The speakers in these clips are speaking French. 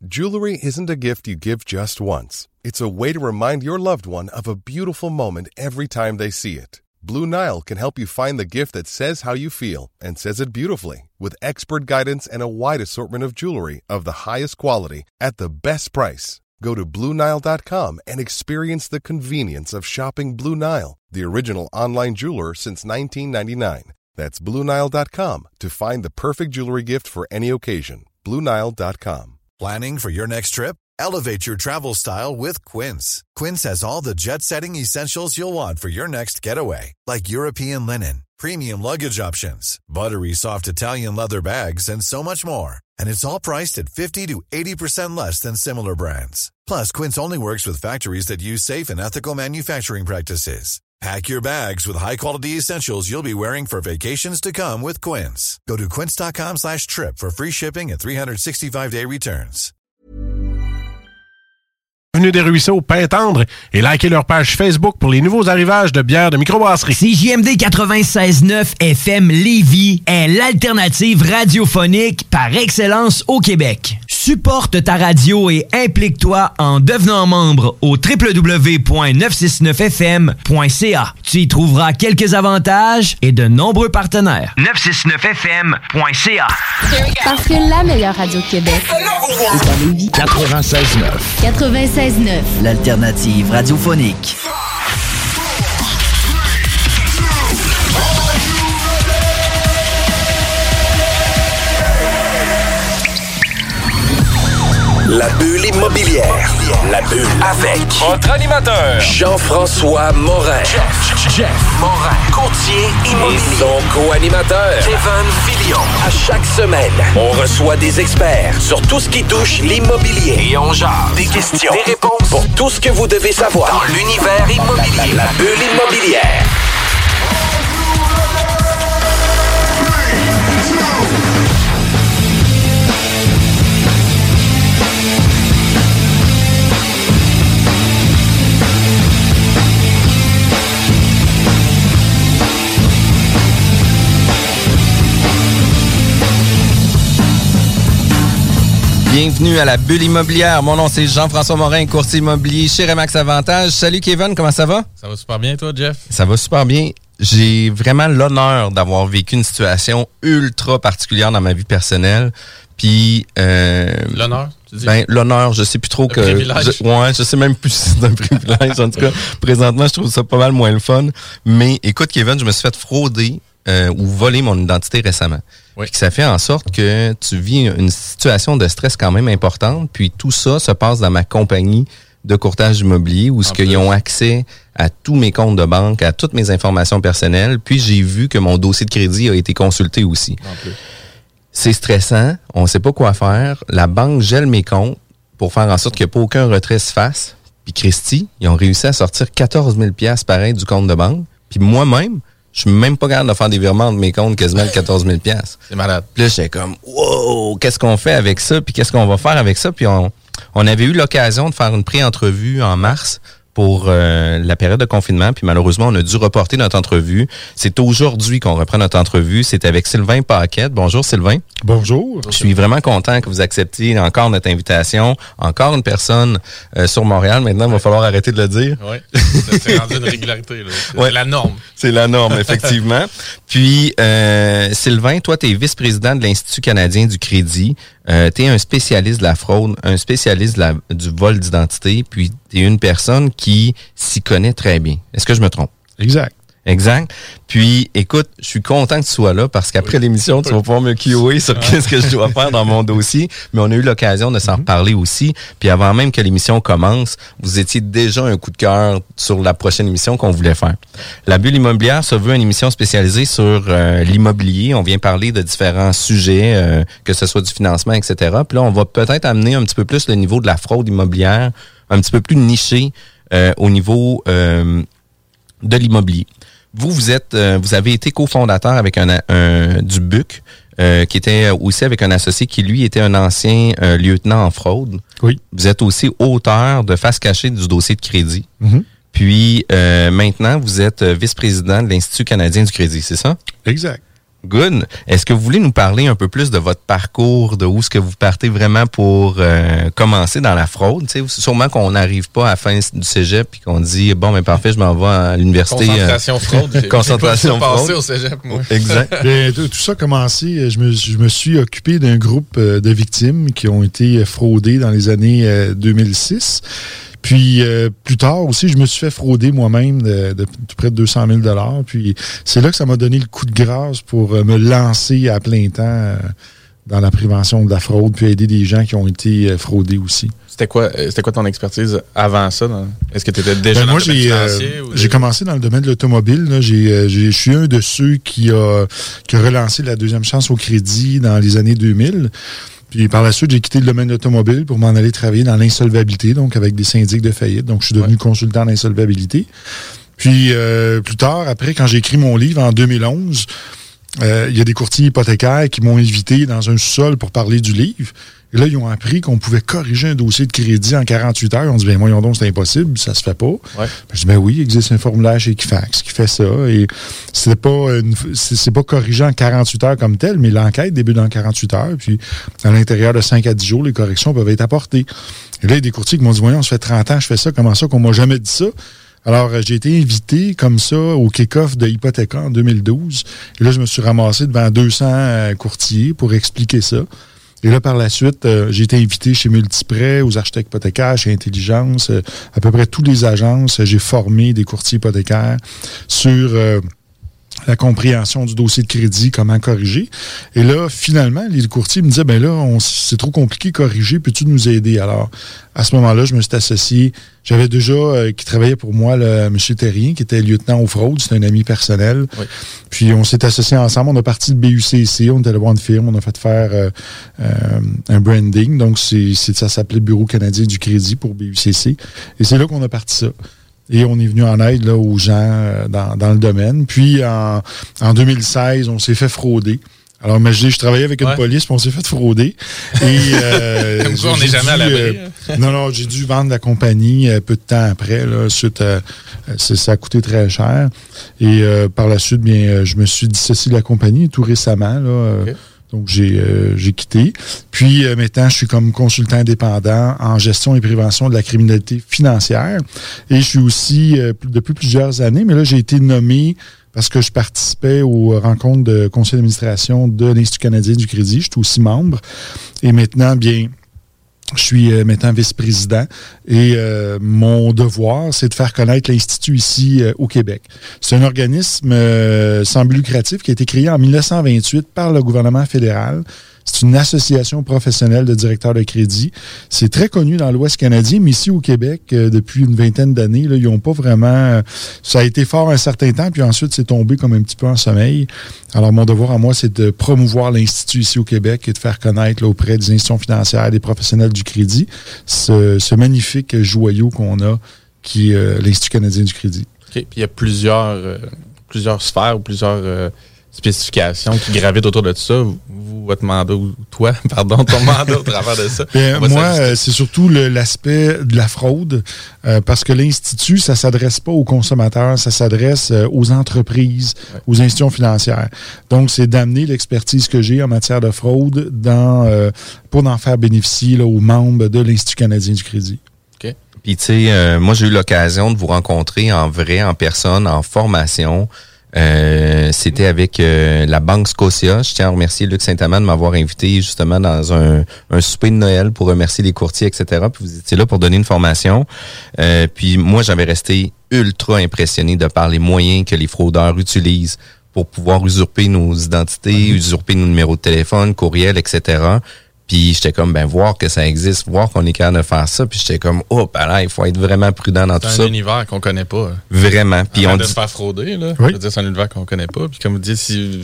Jewelry isn't a gift you give just once. It's a way to remind your loved one of a beautiful moment every time they see it. Blue Nile can help you find the gift that says how you feel and says it beautifully, with expert guidance and a wide assortment of jewelry of the highest quality at the best price. Go to BlueNile.com and experience the convenience of shopping Blue Nile, the original online jeweler since 1999. That's BlueNile.com to find the perfect jewelry gift for any occasion. BlueNile.com. Planning for your next trip? Elevate your travel style with Quince. Quince has all the jet-setting essentials you'll want for your next getaway, like European linen, premium luggage options, buttery soft Italian leather bags, and so much more. And it's all priced at 50 to 80% less than similar brands. Plus, Quince only works with factories that use safe and ethical manufacturing practices. Pack your bags with high-quality essentials you'll be wearing for vacations to come with Quince. Go to quince.com/trip for free shipping and 365-day returns. Bienvenue des Ruisseaux, Pintendre, et likez leur page Facebook pour les nouveaux arrivages de bières de microbrasserie. CJMD 96.9 FM Lévis est l'alternative radiophonique par excellence au Québec. Supporte ta radio et implique-toi en devenant membre au www.969fm.ca. Tu y trouveras quelques avantages et de nombreux partenaires. 969fm.ca. Parce que la meilleure radio de Québec est à Lévis. 96.9. 96.9. L'alternative radiophonique. La bulle immobilière. La bulle avec votre animateur Jean-François Morin. Jeff Morin. Courtier immobilier. Et son co-animateur Kevin Filion. À chaque semaine, on reçoit des experts sur tout ce qui touche l'immobilier. Et on jase. Des questions. Des réponses. Pour tout ce que vous devez savoir. Dans l'univers immobilier. La bulle immobilière. Bienvenue à la bulle immobilière. Mon nom, c'est Jean-François Morin, courtier immobilier chez Remax Avantage. Salut Kevin, comment ça va? Ça va super bien, toi, Jeff? Ça va super bien. J'ai vraiment l'honneur d'avoir vécu une situation ultra particulière dans ma vie personnelle. Puis... l'honneur, tu dis? Ben, l'honneur, je sais plus trop que... Je sais même plus si c'est un privilège. En tout cas, présentement, je trouve ça pas mal moins le fun. Mais écoute, Kevin, je me suis fait frauder ou voler mon identité récemment. Oui. Puis ça fait en sorte que tu vis une situation de stress quand même importante. Puis tout ça se passe dans ma compagnie de courtage immobilier où ils ont accès à tous mes comptes de banque, à toutes mes informations personnelles. Puis j'ai vu que mon dossier de crédit a été consulté aussi. C'est stressant. On ne sait pas quoi faire. La banque gèle mes comptes pour faire en sorte qu'il n'y ait pas aucun retrait se fasse. Puis Christy, ils ont réussi à sortir 14 000 $ pareil du compte de banque. Puis moi-même, je suis même pas capable de faire des virements de mes comptes quasiment de 14 000 $. C'est malade. Puis là, j'étais comme, wow, qu'est-ce qu'on fait avec ça? Puis qu'est-ce qu'on va faire avec ça? Puis on avait eu l'occasion de faire une pré-entrevue en mars pour la période de confinement. Puis malheureusement, on a dû reporter notre entrevue. C'est aujourd'hui qu'on reprend notre entrevue. C'est avec Sylvain Paquette. Bonjour Sylvain. Bonjour. Je suis vraiment content que vous acceptiez encore notre invitation. Encore une personne sur Montréal. Maintenant, il va falloir arrêter de le dire. Oui, c'est rendu une régularité. Là. C'est la norme. C'est la norme, effectivement. Puis, Sylvain, toi, tu es vice-président de l'Institut canadien du crédit. Tu es un spécialiste de la fraude, un spécialiste du vol d'identité, puis tu es une personne qui s'y connaît très bien. Est-ce que je me trompe? Exact. Puis, écoute, je suis content que tu sois là parce qu'après l'émission, tu vas pouvoir me QA sur qu'est-ce que je dois faire dans mon dossier. Mais on a eu l'occasion de s'en reparler aussi. Puis avant même que l'émission commence, vous étiez déjà un coup de cœur sur la prochaine émission qu'on voulait faire. La bulle immobilière se veut une émission spécialisée sur l'immobilier. On vient parler de différents sujets, que ce soit du financement, etc. Puis là, on va peut-être amener un petit peu plus le niveau de la fraude immobilière, un petit peu plus niché au niveau de l'immobilier. Vous avez été cofondateur avec du BUC, qui était aussi avec un associé qui, lui, était un ancien lieutenant en fraude. Oui. Vous êtes aussi auteur de face cachée du dossier de crédit. Mm-hmm. Puis, maintenant, vous êtes vice-président de l'Institut canadien du crédit, c'est ça? Exact. Good. Est-ce que vous voulez nous parler un peu plus de votre parcours, de où est-ce que vous partez vraiment pour commencer dans la fraude? Tu sais, sûrement qu'on n'arrive pas à la fin du cégep et qu'on dit, bon, ben parfait, je m'en vais à l'université. Concentration fraude. Concentration fraude. Passé au cégep, moi. Exact. Tout ça a commencé, je me suis occupé d'un groupe de victimes qui ont été fraudées dans les années 2006. Puis, plus tard aussi, je me suis fait frauder moi-même de près de 200 000 $. Puis, c'est là que ça m'a donné le coup de grâce pour me lancer à plein temps dans la prévention de la fraude, puis aider des gens qui ont été fraudés aussi. C'était quoi ton expertise avant ça? Est-ce que tu étais déjà dans le domaine financier? J'ai commencé dans le domaine de l'automobile. Je suis un de ceux qui a relancé la deuxième chance au crédit dans les années 2000. Puis par la suite, j'ai quitté le domaine de l'automobile pour m'en aller travailler dans l'insolvabilité, donc avec des syndics de faillite. Donc, je suis devenu consultant en insolvabilité. Puis plus tard, après, quand j'ai écrit mon livre en 2011, il y a des courtiers hypothécaires qui m'ont invité dans un sous-sol pour parler du livre. Et là, ils ont appris qu'on pouvait corriger un dossier de crédit en 48 heures. On dit, ben voyons donc, c'est impossible, ça se fait pas. Ouais. Je dis, ben oui, il existe un formulaire chez Equifax qui fait ça. Et c'est pas corrigé en 48 heures comme tel, mais l'enquête débute en 48 heures. Puis, à l'intérieur de 5 à 10 jours, les corrections peuvent être apportées. Et là, il y a des courtiers qui m'ont dit, voyons, ça fait 30 ans que je fais ça, comment ça qu'on m'a jamais dit ça? Alors, j'ai été invité comme ça au kick-off de Hypothéca en 2012. Et là, je me suis ramassé devant 200 courtiers pour expliquer ça. Et là, par la suite, j'ai été invité chez Multiprêt, aux architectes hypothécaires, chez Intelligence, à peu près toutes les agences. J'ai formé des courtiers hypothécaires sur la compréhension du dossier de crédit, comment corriger. Et là, finalement, les courtiers me disaient, ben là, c'est trop compliqué corriger, peux-tu nous aider? Alors, à ce moment-là, je me suis associé. J'avais déjà, qui travaillait pour moi, M. Terrien, qui était lieutenant aux fraudes. C'était un ami personnel. Oui. Puis, on s'est associés ensemble. On a parti de BUCC. On était le one firm. On a fait faire un branding. Donc, ça s'appelait Bureau canadien du crédit pour BUCC. Et c'est là qu'on a parti ça. Et on est venu en aide là, aux gens dans le domaine. Puis, en 2016, on s'est fait frauder. Alors, imaginez, je travaillais avec une police, puis on s'est fait frauder. Et, comme ça, on n'est jamais à l'abri. Non, j'ai dû vendre la compagnie peu de temps après. Là, suite ça a coûté très cher. Et par la suite, bien, je me suis dissocié de la compagnie tout récemment. Là, okay. Donc, j'ai quitté. Puis, maintenant, je suis comme consultant indépendant en gestion et prévention de la criminalité financière. Et je suis aussi, depuis plusieurs années, mais là, j'ai été nommé parce que je participais aux rencontres de conseil d'administration de l'Institut canadien du crédit. Je suis aussi membre. Et maintenant, bien, je suis maintenant vice-président. Et mon devoir, c'est de faire connaître l'Institut ici au Québec. C'est un organisme sans but lucratif qui a été créé en 1928 par le gouvernement fédéral. C'est une association professionnelle de directeurs de crédit. C'est très connu dans l'Ouest canadien, mais ici au Québec, depuis une vingtaine d'années, là, ils n'ont pas vraiment... Ça a été fort un certain temps, puis ensuite, c'est tombé comme un petit peu en sommeil. Alors, mon devoir à moi, c'est de promouvoir l'Institut ici au Québec et de faire connaître là, auprès des institutions financières, des professionnels du crédit, ce magnifique joyau qu'on a, qui est l'Institut canadien du crédit. OK. Puis il y a plusieurs sphères ou plusieurs... spécifications qui gravitent autour de tout ça. Votre mandat, ou toi, pardon, ton mandat au travers de ça. Moi, c'est surtout l'aspect de la fraude, parce que l'Institut, ça s'adresse pas aux consommateurs, ça s'adresse aux entreprises, aux institutions financières. Donc, c'est d'amener l'expertise que j'ai en matière de fraude pour en faire bénéficier là, aux membres de l'Institut canadien du crédit. OK. Puis, tu sais, moi, j'ai eu l'occasion de vous rencontrer en vrai, en personne, en formation. C'était avec la Banque Scotia. Je tiens à remercier Luc Saint-Amand de m'avoir invité justement dans un souper de Noël pour remercier les courtiers, etc. Puis vous étiez là pour donner une formation. Puis moi, j'avais resté ultra impressionné de par les moyens que les fraudeurs utilisent pour pouvoir usurper nos identités, usurper nos numéros de téléphone, courriel, etc. Puis j'étais comme, voir que ça existe, voir qu'on est capable de faire ça. Puis j'étais comme, là, il faut être vraiment prudent dans tout ça. C'est un univers qu'on connaît pas. Vraiment. Puis on dit de se faire frauder, là. Oui. Je veux dire, c'est un univers qu'on connaît pas. Puis comme vous dites, si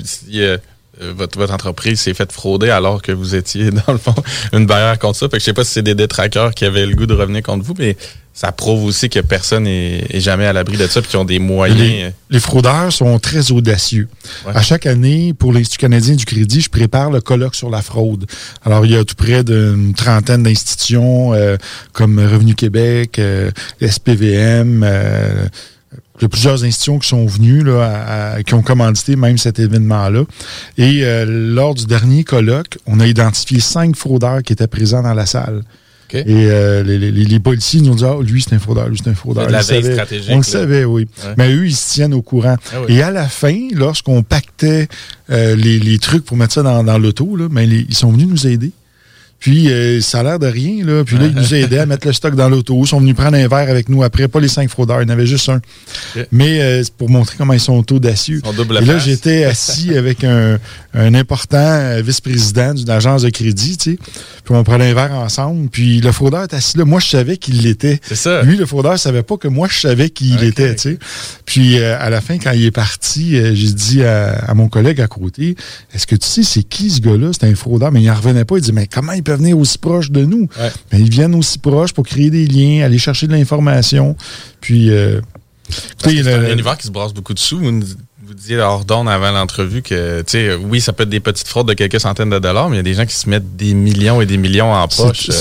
votre entreprise s'est faite frauder alors que vous étiez, dans le fond, une barrière contre ça. Fait que je sais pas si c'est des détraqueurs qui avaient le goût de revenir contre vous, mais ça prouve aussi que personne est jamais à l'abri de ça puis qu'ils ont des moyens. Les fraudeurs sont très audacieux. Ouais. À chaque année, pour l'Institut canadien du crédit, je prépare le colloque sur la fraude. Alors, il y a tout près d'une trentaine d'institutions comme Revenu Québec, SPVM, Il y a plusieurs institutions qui sont venues, là, qui ont commandité même cet événement-là. Et lors du dernier colloque, on a identifié 5 fraudeurs qui étaient présents dans la salle. Okay. Et les policiers nous ont dit, lui, c'est un fraudeur, lui, c'est un fraudeur. De la veille stratégique. On le savait, oui. Ouais. Mais eux, ils se tiennent au courant. Ah, oui. Et à la fin, lorsqu'on pactait les trucs pour mettre ça dans l'auto, là, ils sont venus nous aider. Puis, ça a l'air de rien, là. Puis là, ils nous aidaient à mettre le stock dans l'auto. Ils sont venus prendre un verre avec nous après. Pas les 5 fraudeurs, il y en avait juste un. Okay. Mais c'est pour montrer comment ils sont audacieux. Et là, j'étais assis avec un important vice-président d'une agence de crédit, tu sais. Puis on prenait un verre ensemble. Puis le fraudeur est assis là. Moi, je savais qu'il l'était. C'est ça. Lui, le fraudeur, ne savait pas que moi, je savais qui il était, tu sais. Puis à la fin, quand il est parti, j'ai dit à mon collègue à côté, est-ce que tu sais c'est qui ce gars-là? C'est un fraudeur. Mais il n'en revenait pas. Il dit, mais comment il peut venir aussi proche de nous? Ouais. Mais ils viennent aussi proches pour créer des liens, aller chercher de l'information. Puis, c'est un univers qui se brasse beaucoup de sous. Vous disiez hors d'onde avant l'entrevue que, tu sais, oui, ça peut être des petites fraudes de quelques centaines de dollars, mais il y a des gens qui se mettent des millions et des millions en poche.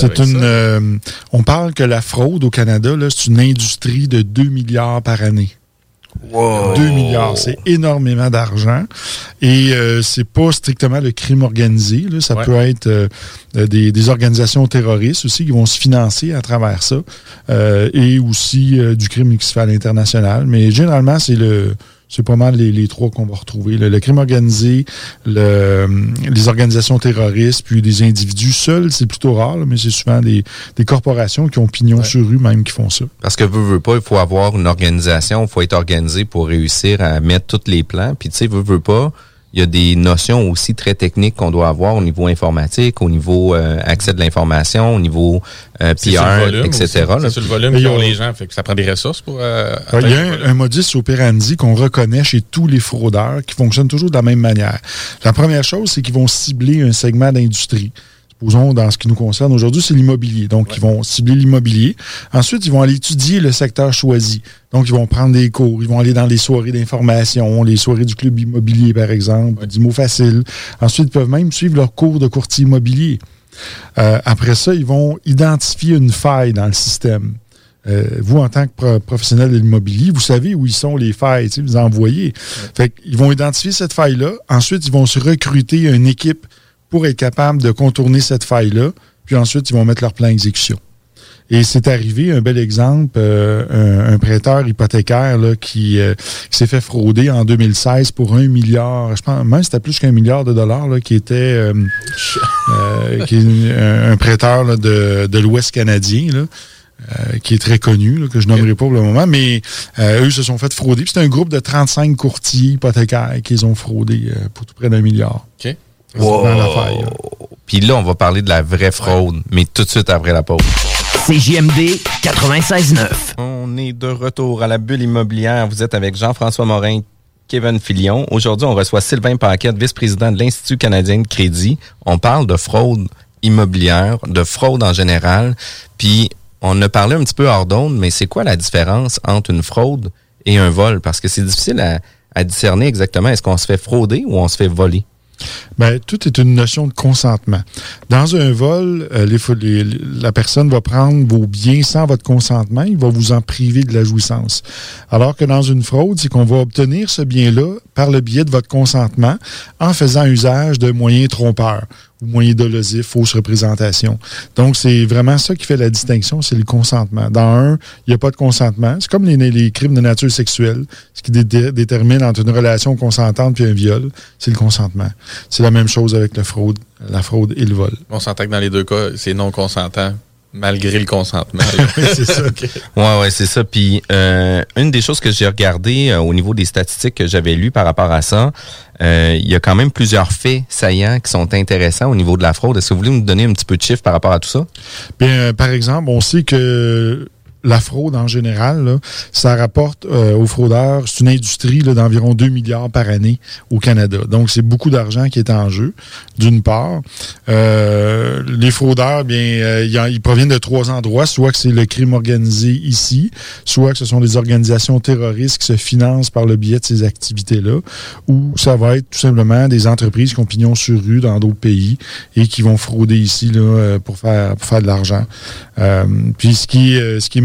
On parle que la fraude au Canada, là, c'est une industrie de 2 milliards par année. Wow. 2 milliards, c'est énormément d'argent. Et c'est pas strictement le crime organisé. Là, ça peut être des organisations terroristes aussi qui vont se financer à travers ça. Et aussi du crime qui se fait à l'international. Mais généralement, c'est pas mal les 3 qu'on va retrouver. Le crime organisé, les organisations terroristes, puis des individus seuls, c'est plutôt rare, là, mais c'est souvent des corporations qui ont pignon sur rue même qui font ça. Parce que veut pas, il faut avoir une organisation, il faut être organisé pour réussir à mettre tous les plans. Puis tu sais, veut pas, il y a des notions aussi très techniques qu'on doit avoir au niveau informatique, au niveau accès de l'information, au niveau PR, etc. C'est sur le volume qu'ils ont les gens, fait que ça prend des ressources pour... il y a un modus operandi qu'on reconnaît chez tous les fraudeurs qui fonctionne toujours de la même manière. La première chose, c'est qu'ils vont cibler un segment d'industrie. Supposons, dans ce qui nous concerne aujourd'hui, c'est l'immobilier. Donc, ils vont cibler l'immobilier. Ensuite, ils vont aller étudier le secteur choisi. Donc, ils vont prendre des cours. Ils vont aller dans les soirées d'information, les soirées du club immobilier, par exemple, du mot facile. Ensuite, ils peuvent même suivre leur cours de courtier immobilier. Après ça, ils vont identifier une faille dans le système. Vous, en tant que professionnel de l'immobilier, vous savez où ils sont les failles, vous en voyez. Fait qu'ils vont identifier cette faille-là. Ensuite, ils vont se recruter une équipe pour être capable de contourner cette faille-là. Puis ensuite, ils vont mettre leur plan d'exécution. Et c'est arrivé, un bel exemple, un prêteur hypothécaire là, qui s'est fait frauder en 2016 pour 1 milliard, je pense même c'était plus qu'1 milliard de dollars, là, qui était qui est un prêteur là, de l'Ouest canadien, là. Qui est très connu, là, que je nommerai pas pour le moment, mais eux se sont fait frauder. Puis c'est un groupe de 35 courtiers hypothécaires qu'ils ont fraudé pour tout près d'1 milliard. OK. Wow. Puis là, on va parler de la vraie fraude, mais tout de suite après la pause. CJMD 96.9. On est de retour à la bulle immobilière. Vous êtes avec Jean-François Morin, Kevin Filion. Aujourd'hui, on reçoit Sylvain Paquette, vice-président de l'Institut canadien de crédit. On parle de fraude immobilière, de fraude en général. Puis, on a parlé un petit peu hors d'onde, mais c'est quoi la différence entre une fraude et un vol? Parce que c'est difficile à discerner exactement. Est-ce qu'on se fait frauder ou on se fait voler? Bien, tout est une notion de consentement. Dans un vol, la personne va prendre vos biens sans votre consentement, il va vous en priver de la jouissance. Alors que dans une fraude, c'est qu'on va obtenir ce bien-là par le biais de votre consentement en faisant usage de moyens trompeurs ou moyens dolosifs, fausses représentations. Donc, c'est vraiment ça qui fait la distinction, c'est le consentement. Dans un, il n'y a pas de consentement. C'est comme les crimes de nature sexuelle. Ce qui détermine entre une relation consentante puis un viol, c'est le consentement. C'est la même chose avec la fraude et le vol. On s'entend que dans les deux cas, c'est non consentant, malgré le consentement. Oui, c'est ça. Okay. Ouais, c'est ça. Puis, une des choses que j'ai regardées au niveau des statistiques que j'avais lues par rapport à ça, il y a quand même plusieurs faits saillants qui sont intéressants au niveau de la fraude. Est-ce que vous voulez nous donner un petit peu de chiffres par rapport à tout ça? Bien, par exemple, on sait que la fraude en général, là, ça rapporte aux fraudeurs, c'est une industrie là, d'environ 2 milliards par année au Canada. Donc, c'est beaucoup d'argent qui est en jeu, d'une part. Les fraudeurs, bien, ils proviennent de 3 endroits, soit que c'est le crime organisé ici, soit que ce sont des organisations terroristes qui se financent par le biais de ces activités-là, ou ça va être tout simplement des entreprises qui ont pignon sur rue dans d'autres pays et qui vont frauder ici là, pour faire de l'argent. Puis, ce qui est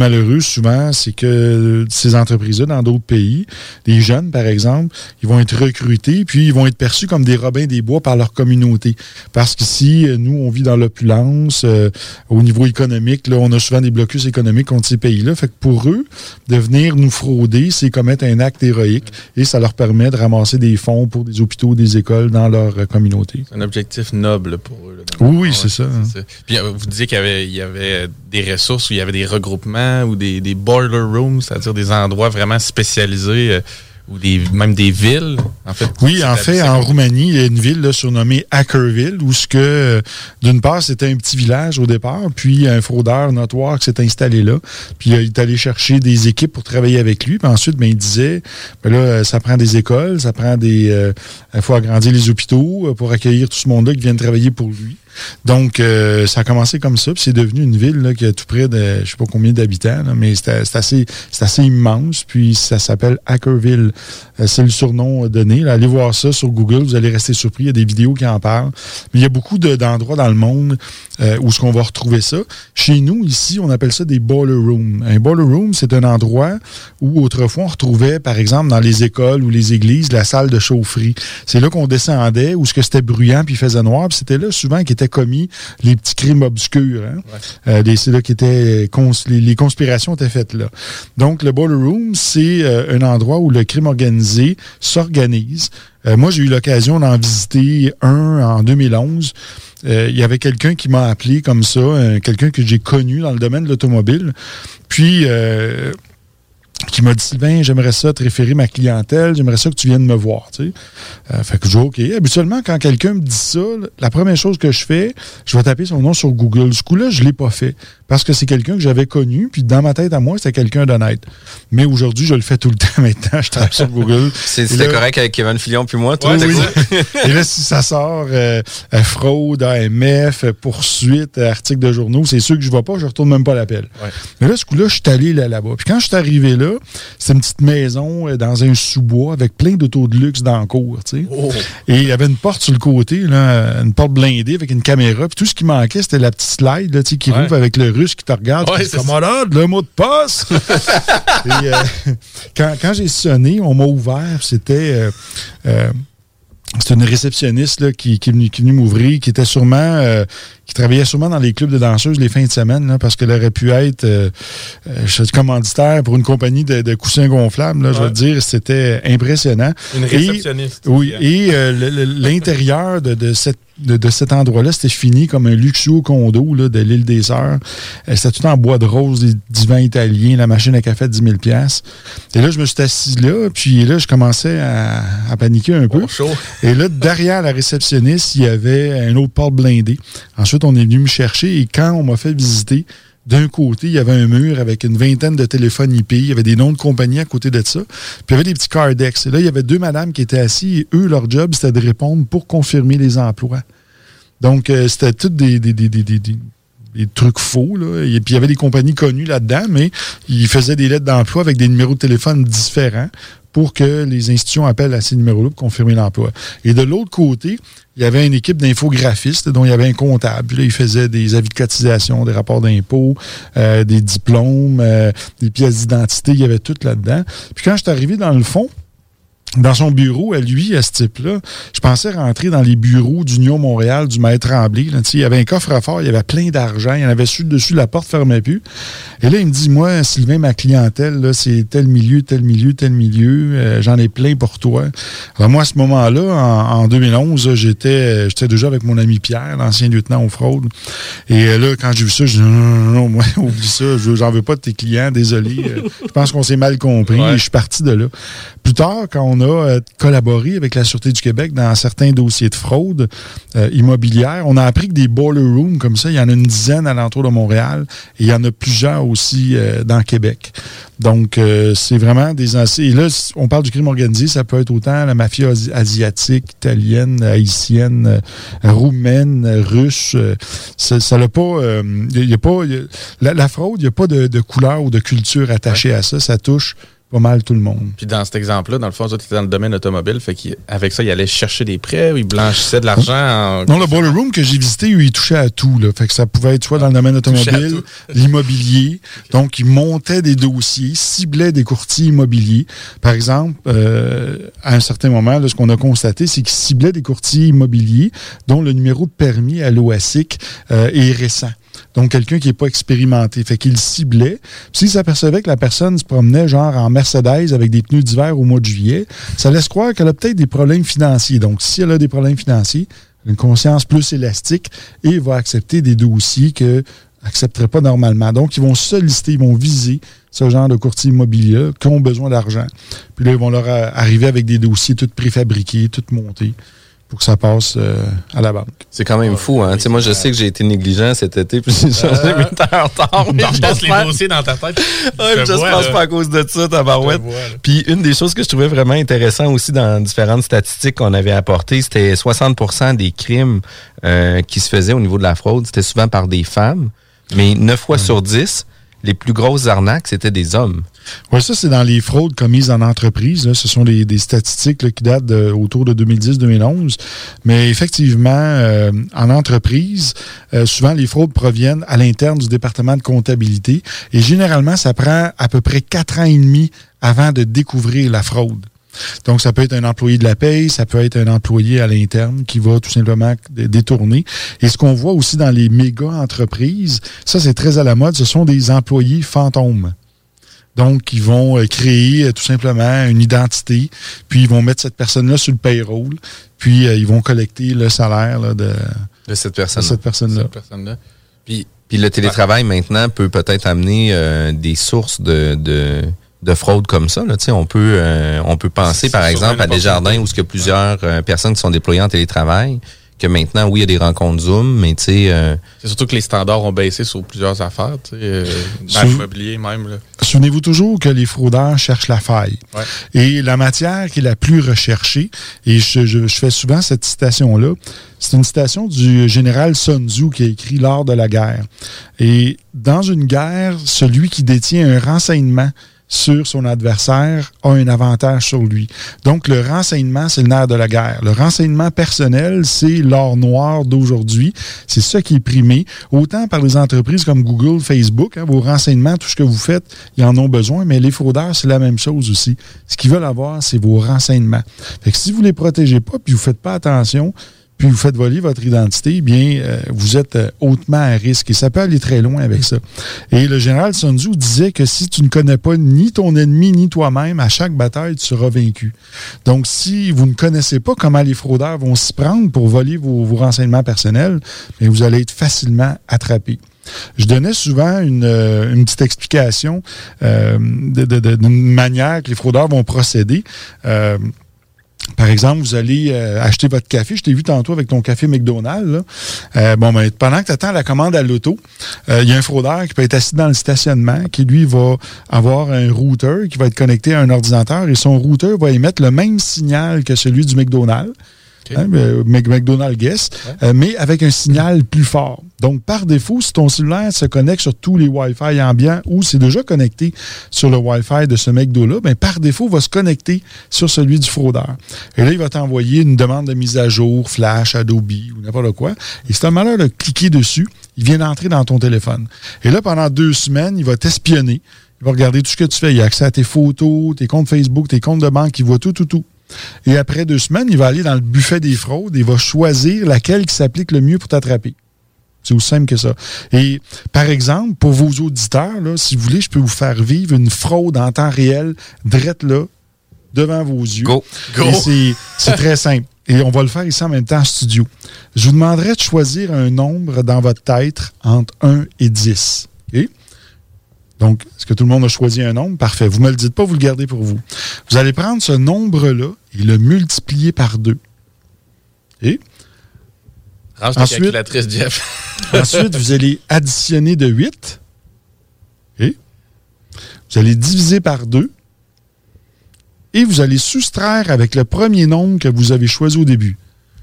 malheureux, souvent, c'est que ces entreprises-là, dans d'autres pays, les jeunes, par exemple, ils vont être recrutés, puis ils vont être perçus comme des Robins des Bois par leur communauté. Parce qu'ici, nous, on vit dans l'opulence. Au niveau économique, là, on a souvent des blocus économiques contre ces pays-là. Fait que pour eux, de venir nous frauder, c'est commettre un acte héroïque et ça leur permet de ramasser des fonds pour des hôpitaux, des écoles dans leur communauté. C'est un objectif noble pour eux. Là, oui, c'est ça. Puis vous disiez qu'il y avait des ressources, où il y avait des regroupements ou des boiler rooms, c'est-à-dire des endroits vraiment spécialisés ou même des villes, en fait. Oui, en fait, en Roumanie, il y a une ville là, surnommée Ackerville, où d'une part, c'était un petit village au départ, puis un fraudeur notoire qui s'est installé là, puis il est allé chercher des équipes pour travailler avec lui, puis ensuite, il disait, là, ça prend des écoles, ça prend il faut agrandir les hôpitaux pour accueillir tout ce monde-là qui vient travailler pour lui. Donc, ça a commencé comme ça, puis c'est devenu une ville là, qui a tout près de, je sais pas combien d'habitants, là, mais c'est assez immense, puis ça s'appelle Ackerville. C'est le surnom donné. Là, allez voir ça sur Google, vous allez rester surpris, il y a des vidéos qui en parlent. Mais il y a beaucoup d'endroits dans le monde où on va retrouver ça. Chez nous, ici, on appelle ça des boiler rooms. Un boiler room, c'est un endroit où autrefois on retrouvait, par exemple, dans les écoles ou les églises, la salle de chaufferie. C'est là qu'on descendait, où c'était bruyant, puis il faisait noir, puis c'était là souvent qu'il était commis les petits crimes obscurs. Hein? Ouais. C'est là qu'étaient les conspirations étaient faites là. Donc, le boiler room, c'est un endroit où le crime organisé s'organise. Moi, j'ai eu l'occasion d'en visiter un en 2011. Il y avait quelqu'un qui m'a appelé comme ça, quelqu'un que j'ai connu dans le domaine de l'automobile. Puis, qui m'a dit, Sylvain, j'aimerais ça te référer ma clientèle, j'aimerais ça que tu viennes me voir. Tu sais. Fait que je dis, OK. Habituellement, quand quelqu'un me dit ça, la première chose que je fais, je vais taper son nom sur Google. Ce coup-là, je ne l'ai pas fait. Parce que c'est quelqu'un que j'avais connu, puis dans ma tête à moi, c'était quelqu'un d'honnête. Mais aujourd'hui, je le fais tout le temps maintenant. Je tape sur Google. C'était correct avec Kevin Filion puis moi, toi? Oui. Et là, si ça sort fraude, AMF, poursuite, article de journaux, c'est sûr que je ne vais pas, je ne retourne même pas l'appel. Ouais. Mais là, ce coup-là, je suis allé là-bas. Puis quand je suis arrivé là, c'était une petite maison dans un sous-bois avec plein d'autos de luxe dans la cour. Tu sais. Oh. Et il y avait une porte sur le côté, là, une porte blindée avec une caméra. Puis tout ce qui manquait, c'était la petite slide là, tu sais, qui rouvre avec le russe qui te regarde. Ouais, c'est commandant, le mot de passe. Et quand j'ai sonné, on m'a ouvert. C'était une réceptionniste là, qui est venue m'ouvrir, qui était sûrement qui travaillait sûrement dans les clubs de danseuses les fins de semaine, là, parce qu'elle aurait pu être commanditaire pour une compagnie de coussins gonflables. Là, je veux dire, c'était impressionnant. Une réceptionniste. Et l'intérieur de cet endroit-là, c'était fini comme un luxueux condo là, de l'île des Sœurs. C'était tout en bois de rose, des divans italiens, la machine à café de 10 000 $. Et là, je me suis assis là, puis là, je commençais à paniquer un peu. Chaud. Et là, derrière la réceptionniste, il y avait un autre porte blindé. Ensuite, on est venu me chercher et quand on m'a fait visiter, d'un côté, il y avait un mur avec une vingtaine de téléphones IP. Il y avait des noms de compagnies à côté de ça. Puis il y avait des petits cardex. Et là, il y avait 2 madames qui étaient assises et eux, leur job, c'était de répondre pour confirmer les emplois. Donc, c'était tout des trucs faux. Là. Et puis, il y avait des compagnies connues là-dedans, mais ils faisaient des lettres d'emploi avec des numéros de téléphone différents pour que les institutions appellent à ces numéros-là pour confirmer l'emploi. Et de l'autre côté, il y avait une équipe d'infographistes dont il y avait un comptable. Puis là, il faisait des avis de cotisation, des rapports d'impôts, des diplômes, des pièces d'identité. Il y avait tout là-dedans. Puis quand je suis arrivé dans le fond, dans son bureau, à lui, à ce type-là, je pensais rentrer dans les bureaux d'Union Montréal, du Maître Tremblay. Là, il y avait un coffre-fort, il y avait plein d'argent, il y en avait dessus, la porte ne fermait plus. Et là, il me dit, moi, Sylvain, ma clientèle, là, c'est tel milieu, j'en ai plein pour toi. Alors moi, à ce moment-là, en 2011, j'étais déjà avec mon ami Pierre, l'ancien lieutenant aux fraudes. Et là, quand j'ai vu ça, je dis, non, moi, oublie ça, j'en veux pas de tes clients, désolé. Je pense qu'on s'est mal compris et je suis parti de là. Plus tard, quand on a collaboré avec la Sûreté du Québec dans certains dossiers de fraude immobilière, on a appris que des boiler rooms comme ça, il y en a une dizaine alentour de Montréal et il y en a plusieurs aussi dans Québec. Donc, c'est vraiment des anciens. Et là, on parle du crime organisé, ça peut être autant la mafia asiatique, italienne, haïtienne, roumaine, russe. Ça n'a pas... la fraude, il n'y a pas de couleur ou de culture attachée à ça. Ça touche pas mal tout le monde. Puis dans cet exemple-là, dans le fond, tu étais dans le domaine automobile, fait qu'avec ça, il allait chercher des prêts, il blanchissait de l'argent. Non, le Boiler Room que j'ai visité, il touchait à tout. Là. Fait que ça pouvait être soit dans le domaine automobile, l'immobilier. Okay. Donc, il montait des dossiers, ciblait des courtiers immobiliers. Par exemple, à un certain moment, là, ce qu'on a constaté, c'est qu'il ciblait des courtiers immobiliers dont le numéro de permis à l'OASIC est récent. Donc, quelqu'un qui n'est pas expérimenté. Fait qu'il ciblait. Puis s'il s'apercevait que la personne se promenait genre en Mercedes avec des pneus d'hiver au mois de juillet, ça laisse croire qu'elle a peut-être des problèmes financiers. Donc, si elle a des problèmes financiers, une conscience plus élastique et va accepter des dossiers qu'elle n'accepterait pas normalement. Donc, ils vont solliciter, ils vont viser ce genre de courtiers immobiliers qui ont besoin d'argent. Puis là, ils vont leur arriver avec des dossiers tout préfabriqués, tout montés, pour que ça passe à la banque. C'est quand même fou, hein. Tu sais, moi, je sais que j'ai été négligent cet été, puis j'ai changé mes temps en retard. Je passe les dossiers dans ta tête. Ouais, je ne passe pas à cause de ça, tabarouette. Puis une des choses que je trouvais vraiment intéressant aussi dans différentes statistiques qu'on avait apportées, c'était 60% des crimes qui se faisaient au niveau de la fraude, c'était souvent par des femmes, mais 9 fois sur 10, les plus grosses arnaques, c'était des hommes. Oui, ça, c'est dans les fraudes commises en entreprise. Là. Ce sont des statistiques là, qui datent autour de 2010-2011. Mais effectivement, en entreprise, souvent, les fraudes proviennent à l'interne du département de comptabilité. Et généralement, ça prend à peu près 4 ans et demi avant de découvrir la fraude. Donc, ça peut être un employé de la paye, ça peut être un employé à l'interne qui va tout simplement détourner. Et ce qu'on voit aussi dans les méga-entreprises, ça, c'est très à la mode, ce sont des employés fantômes. Donc, ils vont créer tout simplement une identité, puis ils vont mettre cette personne-là sur le payroll, puis ils vont collecter le salaire là, de cette personne-là. Puis le télétravail, maintenant, peut peut-être amener des sources de fraude comme ça. Là. On peut penser, par exemple, à Desjardins où il y a plusieurs personnes qui sont déployées en télétravail, que maintenant, oui, il y a des rencontres Zoom, mais tu sais... C'est surtout que les standards ont baissé sur plusieurs affaires, dans l'immobilier même. Là. Souvenez-vous toujours que les fraudeurs cherchent la faille. Ouais. Et la matière qui est la plus recherchée, et je fais souvent cette citation-là, c'est une citation du général Sun Tzu qui a écrit lors de la guerre. Et dans une guerre, celui qui détient un renseignement sur son adversaire a un avantage sur lui. Donc, le renseignement, c'est le nerf de la guerre. Le renseignement personnel, c'est l'or noir d'aujourd'hui. C'est ça qui est primé, autant par les entreprises comme Google, Facebook. Hein, vos renseignements, tout ce que vous faites, ils en ont besoin, mais les fraudeurs, c'est la même chose aussi. Ce qu'ils veulent avoir, c'est vos renseignements. Fait que si vous ne les protégez pas, puis vous ne faites pas attention, puis vous faites voler votre identité, bien, vous êtes hautement à risque. Et ça peut aller très loin avec ça. Et le général Sun Tzu disait que si tu ne connais pas ni ton ennemi, ni toi-même, à chaque bataille, tu seras vaincu. Donc, si vous ne connaissez pas comment les fraudeurs vont s'y prendre pour voler vos renseignements personnels, bien, vous allez être facilement attrapé. Je donnais souvent une petite explication d'une manière que les fraudeurs vont procéder. Par exemple, vous allez acheter votre café. Je t'ai vu tantôt avec ton café McDonald's. Là. Ben, pendant que tu attends la commande à l'auto, il y a un fraudeur qui peut être assis dans le stationnement, qui, lui, va avoir un routeur qui va être connecté à un ordinateur et son routeur va émettre le même signal que celui du McDonald's. Okay. Hein, McDonald's Guest, mais avec un signal plus fort. Donc, par défaut, si ton cellulaire se connecte sur tous les Wi-Fi ambiants ou c'est déjà connecté sur le Wi-Fi de ce McDo-là, ben, par défaut, va se connecter sur celui du fraudeur. Et là, il va t'envoyer une demande de mise à jour, Flash, Adobe ou n'importe quoi. Et c'est un malheur de cliquer dessus, il vient d'entrer dans ton téléphone. Et là, pendant 2 semaines, il va t'espionner. Il va regarder tout ce que tu fais. Il a accès à tes photos, tes comptes Facebook, tes comptes de banque. Il voit tout. Et après 2 semaines, il va aller dans le buffet des fraudes et il va choisir laquelle qui s'applique le mieux pour t'attraper. C'est aussi simple que ça. Et par exemple, pour vos auditeurs, là, si vous voulez, je peux vous faire vivre une fraude en temps réel, drette là, devant vos yeux. Go! Et c'est très simple. Et on va le faire ici en même temps en studio. Je vous demanderai de choisir un nombre dans votre tête entre 1 et 10. OK? Donc, est-ce que tout le monde a choisi un nombre? Parfait. Vous ne me le dites pas, vous le gardez pour vous. Vous allez prendre ce nombre-là et le multiplier par 2. Et range ta calculatrice, Jeff. Ensuite, vous allez additionner de 8. Et vous allez diviser par 2. Et vous allez soustraire avec le premier nombre que vous avez choisi au début.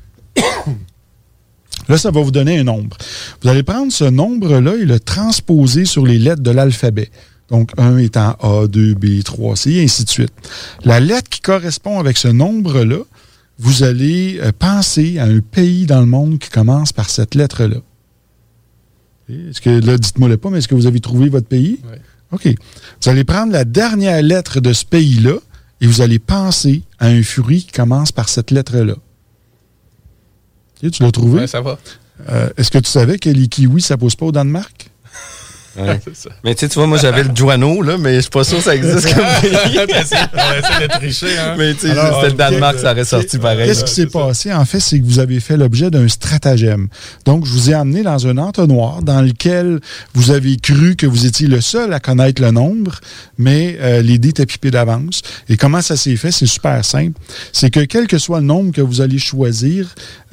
Là, ça va vous donner un nombre. Vous allez prendre ce nombre-là et le transposer sur les lettres de l'alphabet. Donc, 1 étant A, 2, B, 3, C, et ainsi de suite. La lettre qui correspond avec ce nombre-là, vous allez penser à un pays dans le monde qui commence par cette lettre-là. Est-ce que, là, dites-moi-le pas, mais est-ce que vous avez trouvé votre pays? Oui. OK. Vous allez prendre la dernière lettre de ce pays-là et vous allez penser à un fruit qui commence par cette lettre-là. Tu l'as trouvé? Oui, ça va. Est-ce que tu savais que les kiwis, ça ne pousse pas au Danemark? Ouais. Mais tu vois, moi j'avais le Juano, là, mais je suis pas sûr que ça existe comme pays. On essaie de tricher, hein? Mais tu sais, c'était le Danemark, ça aurait sorti pareil. Qu'est-ce qui s'est passé? En fait, c'est que vous avez fait l'objet d'un stratagème. Donc, je vous ai amené dans un entonnoir dans lequel vous avez cru que vous étiez le seul à connaître le nombre, mais les dés étaient pipés d'avance. Et comment ça s'est fait? C'est super simple. C'est que quel que soit le nombre que vous allez choisir,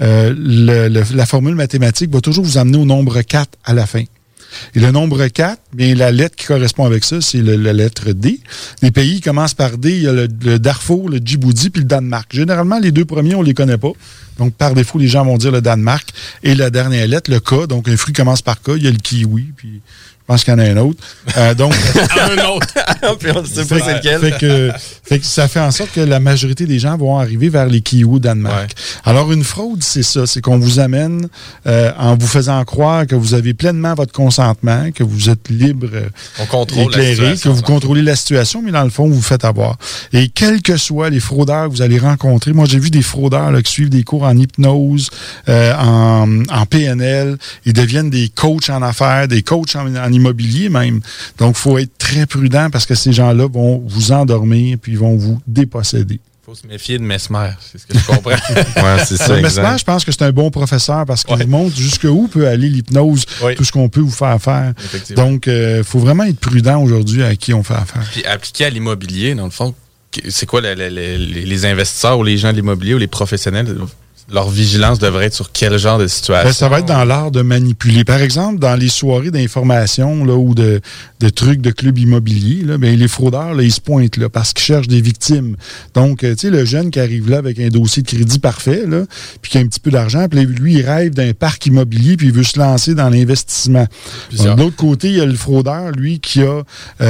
la formule mathématique va toujours vous amener au nombre 4 à la fin. Et le nombre 4, bien, la lettre qui correspond avec ça, c'est la lettre D. Les pays commencent par D. Il y a le Darfour, le Djibouti, puis le Danemark. Généralement, les deux premiers, on ne les connaît pas. Donc, par défaut, les gens vont dire le Danemark. Et la dernière lettre, le K. Donc, un fruit commence par K. Il y a le kiwi, puis je pense qu'il y en a un autre. Donc, un autre. Puis on ne sait pas c'est lequel. Fait que ça fait en sorte que la majorité des gens vont arriver vers les kiwis au Danemark. Ouais. Alors, une fraude, c'est ça. C'est qu'on vous amène en vous faisant croire que vous avez pleinement votre consentement, que vous êtes libre, éclairé, que vous contrôlez la situation, mais dans le fond, vous vous faites avoir. Et quels que soient les fraudeurs que vous allez rencontrer, moi, j'ai vu des fraudeurs là, qui suivent des cours en hypnose, en PNL, ils deviennent des coachs en affaires, des coachs en immobilier même. Donc, il faut être très prudent parce que ces gens-là vont vous endormir puis ils vont vous déposséder. Il faut se méfier de Mesmer, c'est ce que je comprends. Ouais, c'est ça. Mesmer, je pense que c'est un bon professeur parce qu'il vous montre jusqu'où peut aller l'hypnose, tout ce qu'on peut vous faire faire. Donc, il faut vraiment être prudent aujourd'hui à qui on fait affaire. Puis, appliqué à l'immobilier, dans le fond, c'est quoi les investisseurs ou les gens de l'immobilier ou les professionnels? Leur vigilance devrait être sur quel genre de situation? Ça va être dans l'art de manipuler. Par exemple, dans les soirées d'information là, ou de trucs de clubs immobiliers, là, bien, les fraudeurs, là, ils se pointent là, parce qu'ils cherchent des victimes. Donc, tu sais, le jeune qui arrive là avec un dossier de crédit parfait, là, puis qui a un petit peu d'argent, puis lui, il rêve d'un parc immobilier, puis il veut se lancer dans l'investissement. De l'autre côté, il y a le fraudeur, lui, qui a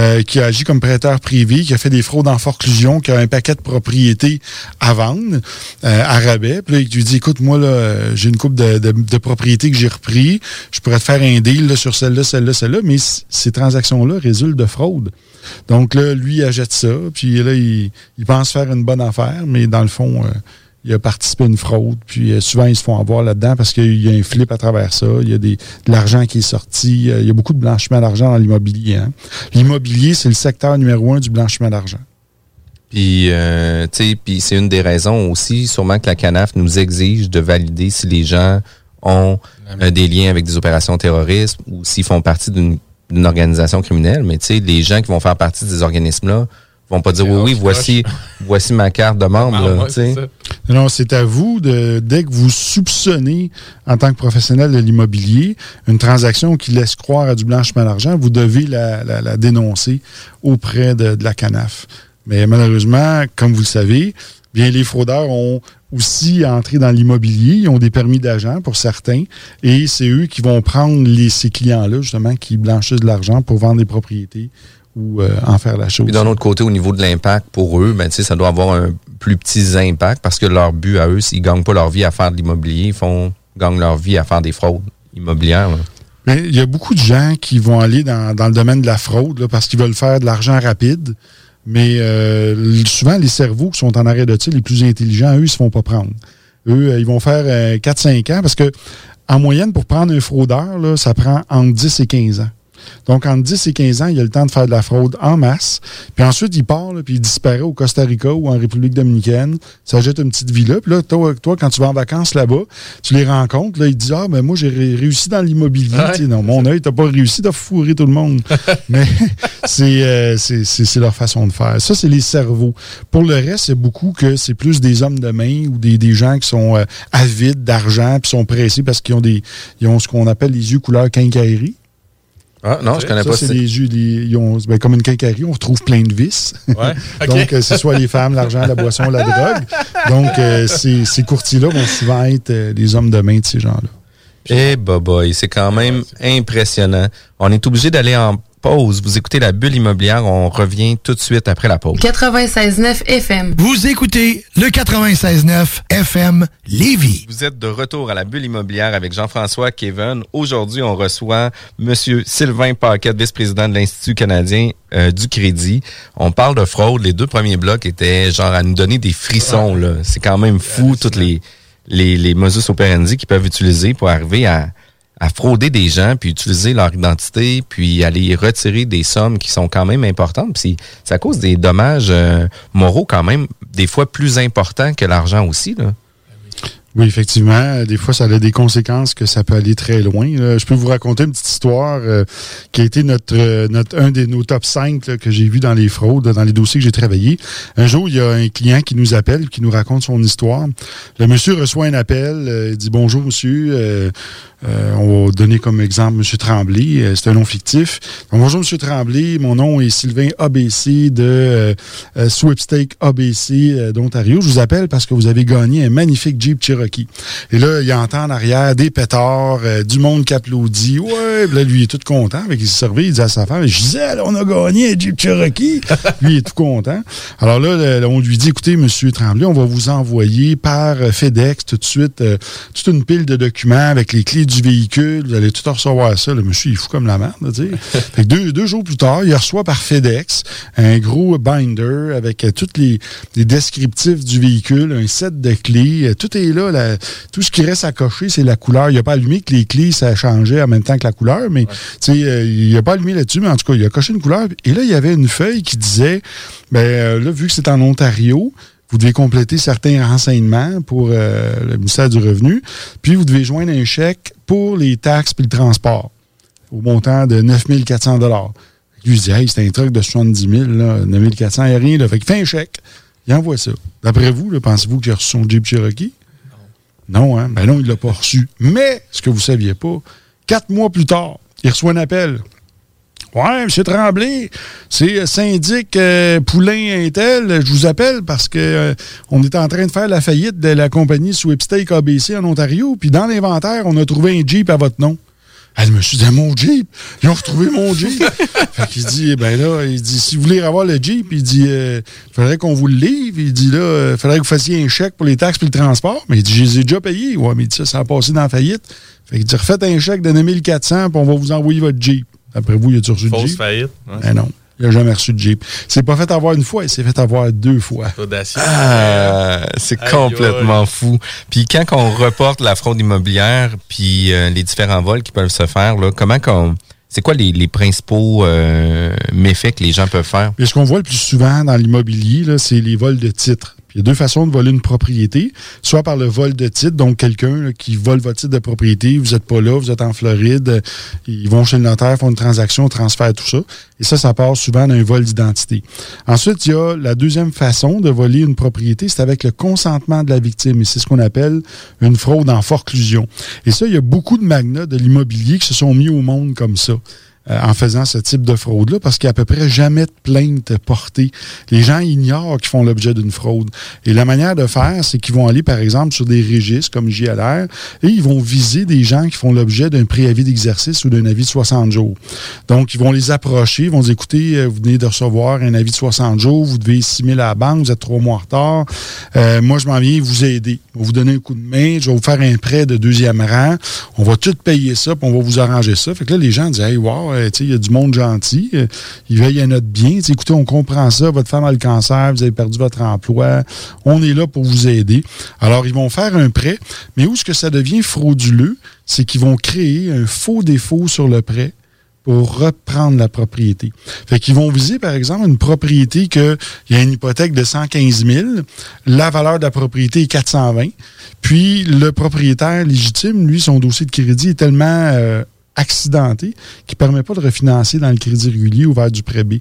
agi comme prêteur privé, qui a fait des fraudes en forclusion, qui a un paquet de propriétés à vendre, à rabais, puis là, il lui dit, écoute, moi, là, j'ai une couple de propriétés que j'ai repris. Je pourrais te faire un deal là, sur celle-là, mais ces transactions-là résultent de fraude. Donc là, lui, il achète ça, puis là, il pense faire une bonne affaire, mais dans le fond, il a participé à une fraude, puis souvent, ils se font avoir là-dedans parce qu'il y a un flip à travers ça, il y a de l'argent qui est sorti, il y a beaucoup de blanchiment d'argent dans l'immobilier. Hein. L'immobilier, c'est le secteur numéro 1 du blanchiment d'argent. Puis, puis c'est une des raisons aussi, sûrement que la CANAF nous exige de valider si les gens ont des liens avec des opérations terroristes ou s'ils font partie d'une organisation criminelle. Mais tu sais, les gens qui vont faire partie de ces organismes-là vont pas dire oui, voici ma carte de membre. Non, c'est à vous, dès que vous soupçonnez, en tant que professionnel de l'immobilier, une transaction qui laisse croire à du blanchiment d'argent, vous devez la dénoncer auprès de la CANAF. Mais malheureusement, comme vous le savez, bien les fraudeurs ont aussi entré dans l'immobilier. Ils ont des permis d'agent pour certains. Et c'est eux qui vont prendre ces clients-là, justement, qui blanchissent de l'argent pour vendre des propriétés ou en faire la chose. Puis d'un autre côté, au niveau de l'impact pour eux, ben, ça doit avoir un plus petit impact parce que leur but à eux, s'ils ne gagnent pas leur vie à faire de l'immobilier, ils gagnent leur vie à faire des fraudes immobilières. Bien, il y a beaucoup de gens qui vont aller dans le domaine de la fraude là, parce qu'ils veulent faire de l'argent rapide. Mais souvent, les cerveaux qui sont en arrêt de tir, les plus intelligents, eux, ils ne se font pas prendre. Eux, ils vont faire 4-5 ans parce que en moyenne, pour prendre un fraudeur, là, ça prend entre 10 et 15 ans. Donc, entre 10 et 15 ans, il a le temps de faire de la fraude en masse. Puis ensuite, il part, là, puis il disparaît au Costa Rica ou en République dominicaine. Ça jette une petite vie-là. Puis là, toi, quand tu vas en vacances là-bas, tu les rencontres. Là, ils te disent « Ah, mais moi, j'ai réussi dans l'immobilier. Ouais, » Non, mon œil, t'as pas réussi, t'as fourré tout le monde. Mais c'est leur façon de faire. Ça, c'est les cerveaux. Pour le reste, c'est beaucoup que c'est plus des hommes de main ou des gens qui sont avides d'argent puis sont pressés parce qu'ils ont ce qu'on appelle les yeux couleur quincaillerie. Ah non, je connais pas ça. C'est des yeux, comme une quincaillerie, on retrouve plein de vices. Ouais, okay. Donc, c'est soit les femmes, l'argent, la boisson, la drogue. Donc, ces courtiers-là vont souvent être les hommes de main de ces gens-là. Eh, boy, c'est quand même impressionnant. On est obligé d'aller en pause. Vous écoutez la Bulle immobilière. On revient tout de suite après la pause. 96.9 FM. Vous écoutez le 96.9 FM Lévis. Vous êtes de retour à la Bulle immobilière avec Jean-François Kevin. Aujourd'hui, on reçoit Monsieur Sylvain Paquette, vice-président de l'Institut canadien du crédit. On parle de fraude. Les 2 premiers blocs étaient genre à nous donner des frissons. Là. C'est quand même fou, toutes les modus operandi qu'ils peuvent utiliser pour arriver à frauder des gens, puis utiliser leur identité, puis aller retirer des sommes qui sont quand même importantes. Puis ça cause des dommages moraux quand même, des fois plus importants que l'argent aussi, là. Oui, effectivement. Des fois, ça a des conséquences que ça peut aller très loin. Je peux vous raconter une petite histoire qui a été un de nos top 5 là, que j'ai vu dans les fraudes, dans les dossiers que j'ai travaillé. Un jour, il y a un client qui nous appelle, qui nous raconte son histoire. Le monsieur reçoit un appel, il dit « Bonjour, monsieur. On va donner comme exemple M. Tremblay. C'est un nom fictif. Donc, bonjour, M. Tremblay. Mon nom est Sylvain ABC de Sweepstake ABC d'Ontario. Je vous appelle parce que vous avez gagné un magnifique Jeep Cherokee. Et là, il entend en arrière des pétards, du monde qui applaudit. Ouais, là, lui, il est tout content. Avec ses services, il dit à sa femme, Gisèle, on a gagné un Jeep Cherokee. Lui, il est tout content. Alors là, on lui dit, écoutez, M. Tremblay, on va vous envoyer par FedEx tout de suite toute une pile de documents avec les clés du véhicule, vous allez tout recevoir ça. Le monsieur, il est fou comme la merde, tu sais. Fait que deux jours plus tard, il reçoit par FedEx un gros binder avec tous les descriptifs du véhicule, un set de clés. Tout est là. Tout ce qui reste à cocher, c'est la couleur. Il n'a pas allumé que les clés, ça changeait en même temps que la couleur, mais tu sais, il n'a pas allumé là-dessus, mais en tout cas, il a coché une couleur. Et là, il y avait une feuille qui disait, là, vu que c'est en Ontario, vous devez compléter certains renseignements pour le ministère du Revenu, puis vous devez joindre un chèque pour les taxes puis le transport au montant de 9 400 $. Lui, il dit, hey, c'est un truc de 70 000, là, 9 400, il n'y a rien. Là. Fait qu'il fait un chèque, il envoie ça. D'après vous, là, pensez-vous qu'il a reçu son Jeep Cherokee? Non, hein? Ben non, il ne l'a pas reçu. Mais, ce que vous ne saviez pas, 4 mois plus tard, il reçoit un appel. Ouais, M. Tremblay, c'est syndic Poulain Intel. Je vous appelle parce que on est en train de faire la faillite de la compagnie Sweepstake ABC en Ontario. Puis dans l'inventaire, on a trouvé un Jeep à votre nom. Elle me dit, mon Jeep! Ils ont retrouvé mon Jeep! Fait qu'il dit, si vous voulez avoir le Jeep, il dit, il faudrait qu'on vous le livre. Il dit, là, il faudrait que vous fassiez un chèque pour les taxes et le transport. Mais il dit, je les ai déjà payés. Ouais, mais il dit, ça a passé dans la faillite. Fait qu'il dit, refaites un chèque de 9 400 puis on va vous envoyer votre Jeep. Après vous, il a-tu reçu le Jeep? Fausse faillite. Ouais, ben non, il n'a jamais reçu de Jeep. C'est pas fait avoir une fois, il s'est fait avoir 2 fois. Audacieux. C'est complètement fou. Puis quand on reporte la fraude immobilière, puis les différents vols qui peuvent se faire, là, c'est quoi les principaux méfaits que les gens peuvent faire? Puis ce qu'on voit le plus souvent dans l'immobilier, là, c'est les vols de titres. Il y a 2 façons de voler une propriété, soit par le vol de titre, donc quelqu'un là, qui vole votre titre de propriété, vous n'êtes pas là, vous êtes en Floride, ils vont chez le notaire, font une transaction, transfèrent tout ça, et ça passe souvent d'un vol d'identité. Ensuite, il y a la deuxième façon de voler une propriété, c'est avec le consentement de la victime, et c'est ce qu'on appelle une fraude en forclusion. Et ça, il y a beaucoup de magnats de l'immobilier qui se sont mis au monde comme ça. En faisant ce type de fraude-là, parce qu'il n'y a à peu près jamais de plainte portée. Les gens ignorent qu'ils font l'objet d'une fraude. Et la manière de faire, c'est qu'ils vont aller, par exemple, sur des registres comme JLR, et ils vont viser des gens qui font l'objet d'un préavis d'exercice ou d'un avis de 60 jours. Donc, ils vont les approcher, ils vont dire, écoutez, vous venez de recevoir un avis de 60 jours, vous devez 6 000 à la banque, vous êtes 3 mois en retard. Moi, je m'en viens vous aider. Je vais vous donner un coup de main, je vais vous faire un prêt de 2e rang, on va tout payer ça, puis on va vous arranger ça. Fait que là, les gens disent, hey, wow, il y a du monde gentil, ils veillent à notre bien. Écoutez, on comprend ça, votre femme a le cancer, vous avez perdu votre emploi, on est là pour vous aider. Alors, ils vont faire un prêt, mais où est-ce que ça devient frauduleux? C'est qu'ils vont créer un faux défaut sur le prêt pour reprendre la propriété. Fait qu'ils vont viser, par exemple, une propriété qu'il y a une hypothèque de 115 000, la valeur de la propriété est 420, puis le propriétaire légitime, lui, son dossier de crédit est tellement accidenté qui ne permet pas de refinancer dans le crédit régulier ou vers du prêt B.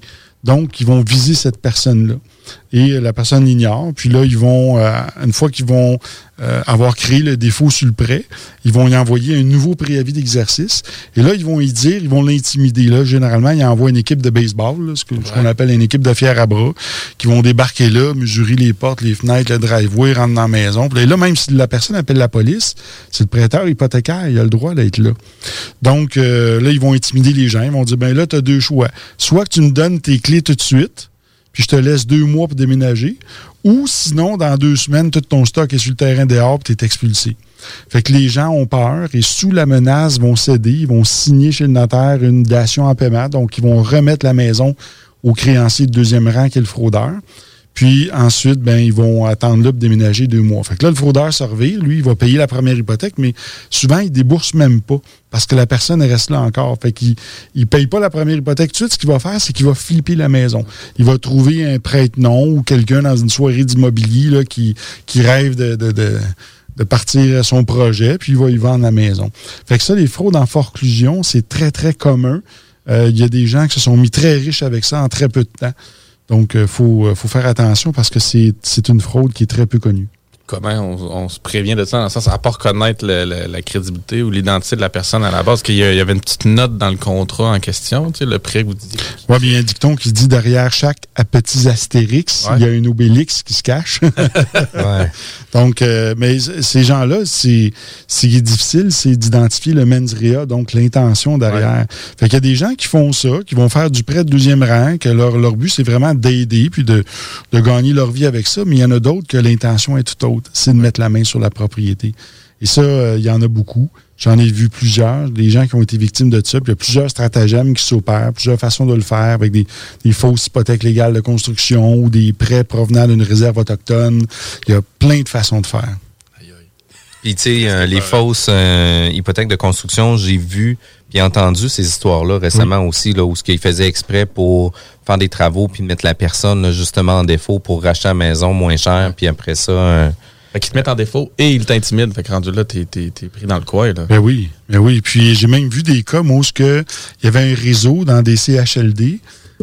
Donc, ils vont viser cette personne-là. Et la personne l'ignore. Puis là, ils vont, une fois qu'ils vont avoir créé le défaut sur le prêt, ils vont y envoyer un nouveau préavis d'exercice. Et là, ils vont y dire, ils vont l'intimider. Là, généralement, ils envoient une équipe de baseball, là, ce qu'on appelle une équipe de fiers à bras, qui vont débarquer là, mesurer les portes, les fenêtres, le driveway, rentrer dans la maison. Puis là, même si la personne appelle la police, c'est le prêteur hypothécaire, il a le droit d'être là. Donc, là, ils vont intimider les gens. Ils vont dire, ben là, tu as 2 choix. Soit que tu me donnes tes clés tout de suite, puis je te laisse 2 mois pour déménager, ou sinon, dans 2 semaines, tout ton stock est sur le terrain dehors, puis tu es expulsé. Fait que les gens ont peur et sous la menace vont céder, ils vont signer chez le notaire une dation en paiement, donc ils vont remettre la maison au créancier de 2e rang qui est le fraudeur. Puis ensuite, ben ils vont attendre là pour déménager 2 mois. Fait que là, le fraudeur se revire, lui, il va payer la première hypothèque, mais souvent, il débourse même pas parce que la personne reste là encore. Fait qu'il ne paye pas la première hypothèque tout de suite. Ce qu'il va faire, c'est qu'il va flipper la maison. Il va trouver un prête-nom ou quelqu'un dans une soirée d'immobilier là, qui rêve de partir à son projet, puis il va y vendre la maison. Fait que ça, les fraudes en forclusion, c'est très, très commun. Il y a des gens qui se sont mis très riches avec ça en très peu de temps. Donc, il faut faire attention parce que c'est une fraude qui est très peu connue. Comment on se prévient de ça, dans le sens, à part connaître la crédibilité ou l'identité de la personne à la base, qu'il y avait une petite note dans le contrat en question, tu sais, le prêt que vous disiez. Oui, bien, il y a un dicton qui dit derrière chaque petit astérix, il y a un obélix qui se cache. Ouais. Donc, mais ces gens-là, ce qui est difficile, c'est d'identifier le mens rea, donc l'intention derrière. Ouais. Fait qu'il y a des gens qui font ça, qui vont faire du prêt de 2e rang, que leur but, c'est vraiment d'aider puis de gagner leur vie avec ça, mais il y en a d'autres que l'intention est tout autre. C'est de mettre la main sur la propriété. Et ça, il y en a beaucoup. J'en ai vu plusieurs, des gens qui ont été victimes de ça. Puis il y a plusieurs stratagèmes qui s'opèrent, plusieurs façons de le faire avec des fausses hypothèques légales de construction ou des prêts provenant d'une réserve autochtone. Il y a plein de façons de faire. Puis, tu sais, les fausses hypothèques de construction, j'ai vu puis entendu ces histoires-là récemment aussi, là, où ce qu'ils faisaient exprès pour faire des travaux puis mettre la personne là, justement en défaut pour racheter la maison moins cher, puis après ça... Fait qu'ils te mettent en défaut et ils t'intimident. Fait que rendu là, t'es pris dans le coin. Là. Ben oui. Puis j'ai même vu des cas où il y avait un réseau dans des CHLD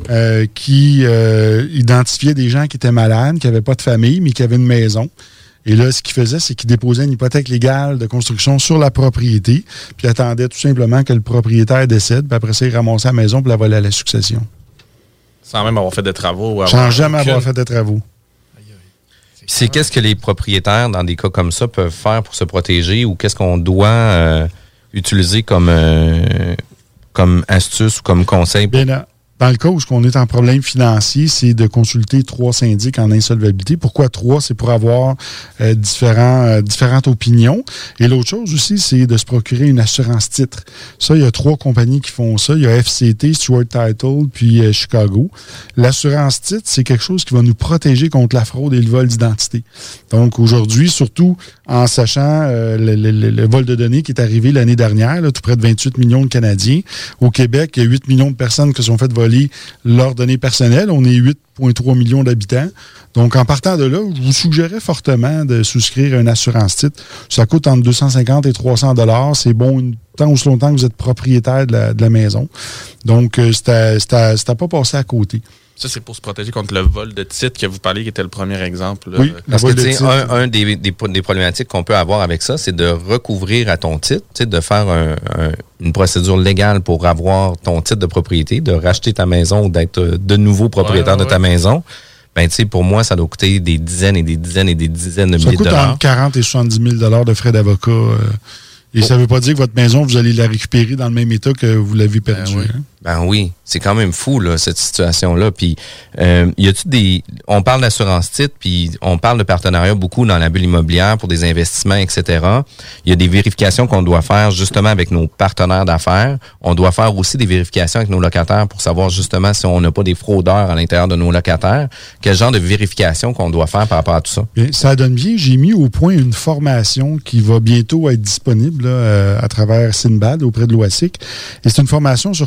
qui identifiait des gens qui étaient malades, qui n'avaient pas de famille, mais qui avaient une maison. Et là, ce qu'ils faisaient, c'est qu'ils déposaient une hypothèque légale de construction sur la propriété, puis attendaient tout simplement que le propriétaire décède, puis après ça, ils ramassaient la maison pour la voler à la succession. Sans même avoir fait de travaux. Sans jamais avoir fait de travaux. C'est qu'est-ce que les propriétaires, dans des cas comme ça, peuvent faire pour se protéger ou qu'est-ce qu'on doit utiliser comme astuce ou comme conseil? Bien, dans le cas où on est en problème financier, c'est de consulter 3 syndics en insolvabilité. Pourquoi 3? C'est pour avoir différentes opinions. Et l'autre chose aussi, c'est de se procurer une assurance titre. Ça, il y a 3 compagnies qui font ça. Il y a FCT, Stewart Title, puis Chicago. L'assurance titre, c'est quelque chose qui va nous protéger contre la fraude et le vol d'identité. Donc aujourd'hui, surtout en sachant le vol de données qui est arrivé l'année dernière, là, tout près de 28 millions de Canadiens. Au Québec, il y a 8 millions de personnes qui se sont fait voler leurs données personnelles. On est 8,3 millions d'habitants. Donc, en partant de là, je vous suggérais fortement de souscrire une assurance titre. Ça coûte entre 250 et 300 $. C'est bon tant ou si longtemps que vous êtes propriétaire de la maison. Donc, c'est à pas passer à côté. Ça, c'est pour se protéger contre le vol de titre que vous parliez, qui était le premier exemple. Là. Oui, parce que, tu sais, un des problématiques qu'on peut avoir avec ça, c'est de recouvrir à ton titre, tu sais, de faire une procédure légale pour avoir ton titre de propriété, de racheter ta maison ou d'être de nouveau propriétaire de ta maison. Ben, tu sais, pour moi, ça doit coûter des dizaines et des dizaines et des dizaines de milliers de dollars. Ça coûte entre 40 et 70 000 de frais d'avocat. Et ça ne veut pas dire que votre maison, vous allez la récupérer dans le même état que vous l'avez perdue. Ben oui, c'est quand même fou, là, cette situation-là. Puis, y a-tu on parle d'assurance titre, puis on parle de partenariat beaucoup dans la bulle immobilière pour des investissements, etc. Il y a des vérifications qu'on doit faire justement avec nos partenaires d'affaires. On doit faire aussi des vérifications avec nos locataires pour savoir justement si on n'a pas des fraudeurs à l'intérieur de nos locataires. Quel genre de vérification qu'on doit faire par rapport à tout ça? Bien, ça donne bien. J'ai mis au point une formation qui va bientôt être disponible là, à travers Sinbad auprès de l'OASIC. Et c'est une formation sur comment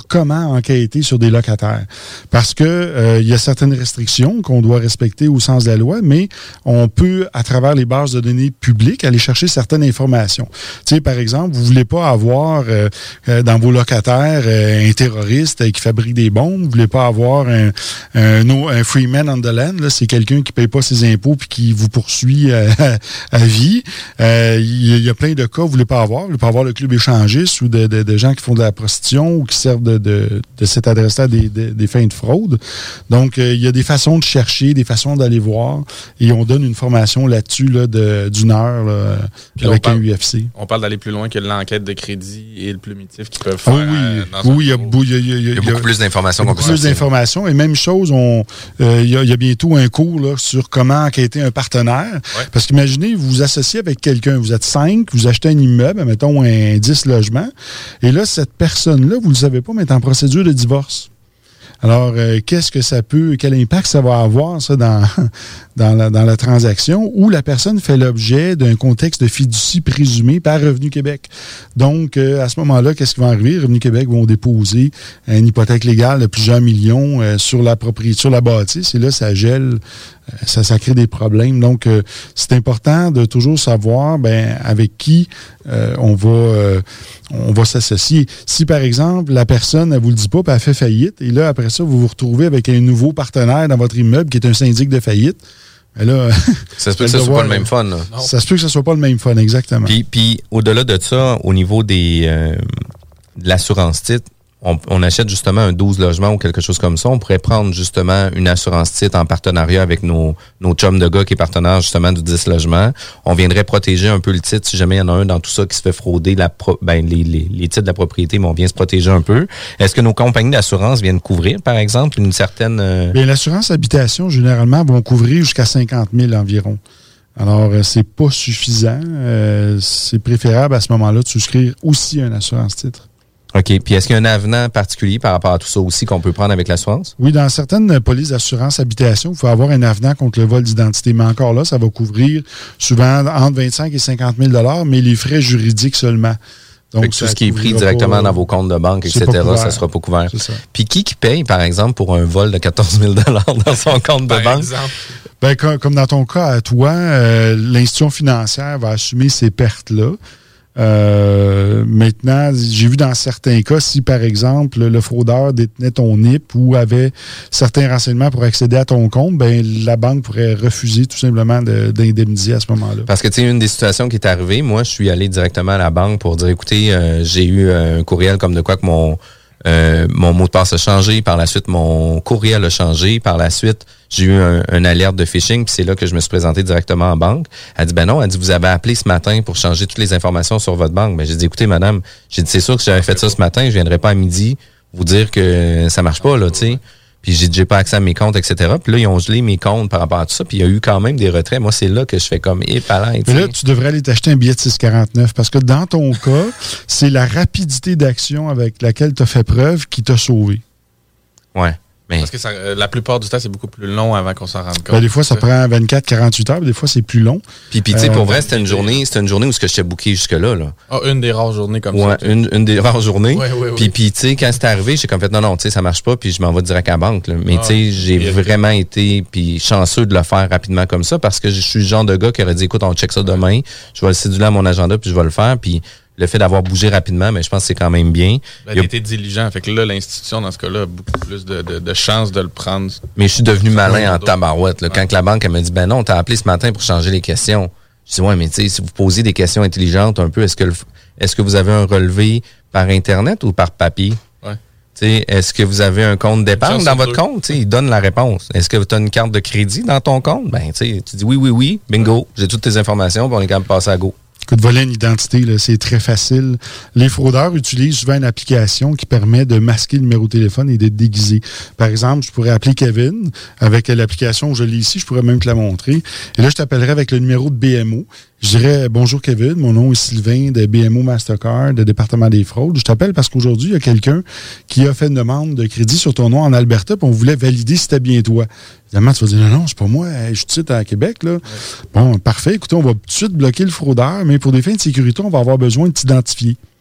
comment enquêter sur des locataires. Parce que il y a certaines restrictions qu'on doit respecter au sens de la loi, mais on peut, à travers les bases de données publiques, aller chercher certaines informations. Tu sais, par exemple, vous voulez pas avoir dans vos locataires un terroriste qui fabrique des bombes, vous voulez pas avoir un free man on the land, là, c'est quelqu'un qui paye pas ses impôts puis qui vous poursuit à vie. Il y a plein de cas, vous voulez pas avoir. Vous voulez pas avoir le club échangiste ou de gens qui font de la prostitution ou qui servent de cette adresse-là des fins de fraude. Donc, il y a des façons de chercher, des façons d'aller voir et on donne une formation là-dessus là, d'une heure là, avec un UFC. On parle d'aller plus loin que l'enquête de crédit et le plumitif qu'ils peuvent faire. Il y a beaucoup plus d'informations qu'on peut plus d'informations. Et même chose, il y a bientôt un cours là, sur comment enquêter un partenaire. Ouais. Parce qu'imaginez, vous vous associez avec quelqu'un, vous êtes 5, vous achetez un immeuble, mettons un 10 logements, et là, cette personne-là, vous ne le savez pas, mais est en procédure de divorce. Alors, qu'est-ce que ça peut, quel impact ça va avoir, ça, dans la transaction où la personne fait l'objet d'un contexte de fiducie présumé par Revenu Québec. Donc, à ce moment-là, qu'est-ce qui va arriver? Revenu Québec vont déposer une hypothèque légale de plusieurs millions sur la propriété, sur la bâtisse, et là, ça gèle, ça crée des problèmes. Donc, c'est important de toujours savoir, avec qui on va s'associer. Si, par exemple, la personne, elle vous le dit pas, puis elle fait faillite, et là, après ça, vous vous retrouvez avec un nouveau partenaire dans votre immeuble qui est un syndic de faillite, là, ça se peut que ce soit pas le même fun. Là. Ça se peut que ce soit pas le même fun, exactement. Puis au-delà de ça, au niveau de l'assurance titre, on achète justement un 12 logements ou quelque chose comme ça. On pourrait prendre justement une assurance titre en partenariat avec nos chums de gars qui est partenaire justement du 10 logements. On viendrait protéger un peu le titre si jamais il y en a un dans tout ça qui se fait frauder les titres de la propriété, mais on vient se protéger un peu. Est-ce que nos compagnies d'assurance viennent couvrir, par exemple, une certaine... Bien, l'assurance habitation, généralement, vont couvrir jusqu'à 50 000 environ. Alors, c'est pas suffisant. C'est préférable à ce moment-là de souscrire aussi une assurance titre. OK. Puis est-ce qu'il y a un avenant particulier par rapport à tout ça aussi qu'on peut prendre avec l'assurance? Oui, dans certaines polices d'assurance habitation, il faut avoir un avenant contre le vol d'identité. Mais encore là, ça va couvrir souvent entre 25 et 50 000 $, mais les frais juridiques seulement. Donc, tout ce qui est pris directement dans vos comptes de banque, etc., ça ne sera pas couvert. Puis qui paye, par exemple, pour un vol de 14 000 $ dans son compte de banque? Exemple. Comme dans ton cas à toi, l'institution financière va assumer ces pertes-là. Maintenant, j'ai vu dans certains cas, si par exemple le fraudeur détenait ton NIP ou avait certains renseignements pour accéder à ton compte, la banque pourrait refuser tout simplement d'indemniser à ce moment-là. Parce que tu sais, une des situations qui est arrivée, moi je suis allé directement à la banque pour dire, écoutez, j'ai eu un courriel comme de quoi que mon mot de passe a changé, par la suite mon courriel a changé, par la suite j'ai eu un alerte de phishing, puis c'est là que je me suis présenté directement en banque. Elle dit non, elle dit vous avez appelé ce matin pour changer toutes les informations sur votre banque. J'ai dit écoutez madame, j'ai dit c'est sûr que si j'avais fait ça ce matin, je viendrais pas à midi vous dire que ça marche pas là, tu sais. Puis j'ai pas accès à mes comptes, etc. Puis là, ils ont gelé mes comptes par rapport à tout ça. Puis il y a eu quand même des retraits. Moi, c'est là que je fais comme épalin. Mais là, tu devrais aller t'acheter un billet de 6,49 parce que dans ton cas, c'est la rapidité d'action avec laquelle tu as fait preuve qui t'a sauvé. Ouais. Mais... Parce que la plupart du temps, c'est beaucoup plus long avant qu'on s'en rende compte. Des fois, ça prend 24-48 heures, des fois, c'est plus long. Puis tu sais, pour vrai, c'était une journée où ce que j'étais booké jusque-là. Là. Une des rares journées comme ça. Ouais, une des rares journées. Ouais. Puis tu sais, quand c'était arrivé, j'ai comme fait non, tu sais, ça marche pas, puis je m'en vais direct à la banque. Là. Mais tu sais, j'ai vraiment été chanceux de le faire rapidement comme ça parce que je suis le genre de gars qui aurait dit écoute, on check ça demain, je vais le céduler à mon agenda, puis je vais le faire. Puis le fait d'avoir bougé rapidement, mais je pense que c'est quand même bien. Tu étais diligent. Fait que là, l'institution, dans ce cas-là, a beaucoup plus de chances de le prendre. Mais je suis devenu malin en tabarouette. Là. Quand la banque, elle me dit, non, t'as appelé ce matin pour changer les questions. Je dis, ouais, mais tu sais, si vous posez des questions intelligentes un peu, est-ce que vous avez un relevé par Internet ou par papier? Ouais. T'sais, est-ce que vous avez un compte d'épargne dans votre compte? T'sais, il donne la réponse. Est-ce que tu as une carte de crédit dans ton compte? Tu dis oui, bingo, j'ai toutes tes informations, puis on est capable de passer à go. De voler une identité, là, c'est très facile. Les fraudeurs utilisent souvent une application qui permet de masquer le numéro de téléphone et de déguiser. Par exemple, je pourrais appeler Kevin avec l'application, je l'ai ici, je pourrais même te la montrer. Et là, je t'appellerai avec le numéro de BMO. Je dirais « Bonjour Kevin, mon nom est Sylvain de BMO Mastercard, de département des fraudes. Je t'appelle parce qu'aujourd'hui, il y a quelqu'un qui a fait une demande de crédit sur ton nom en Alberta, puis on voulait valider si c'était bien toi. » Évidemment, tu vas dire « Non, c'est pas moi, je suis tout de suite à Québec. » là. Ouais. Bon, parfait. Écoutez, on va tout de suite bloquer le fraudeur, mais pour des fins de sécurité, on va avoir besoin de t'identifier.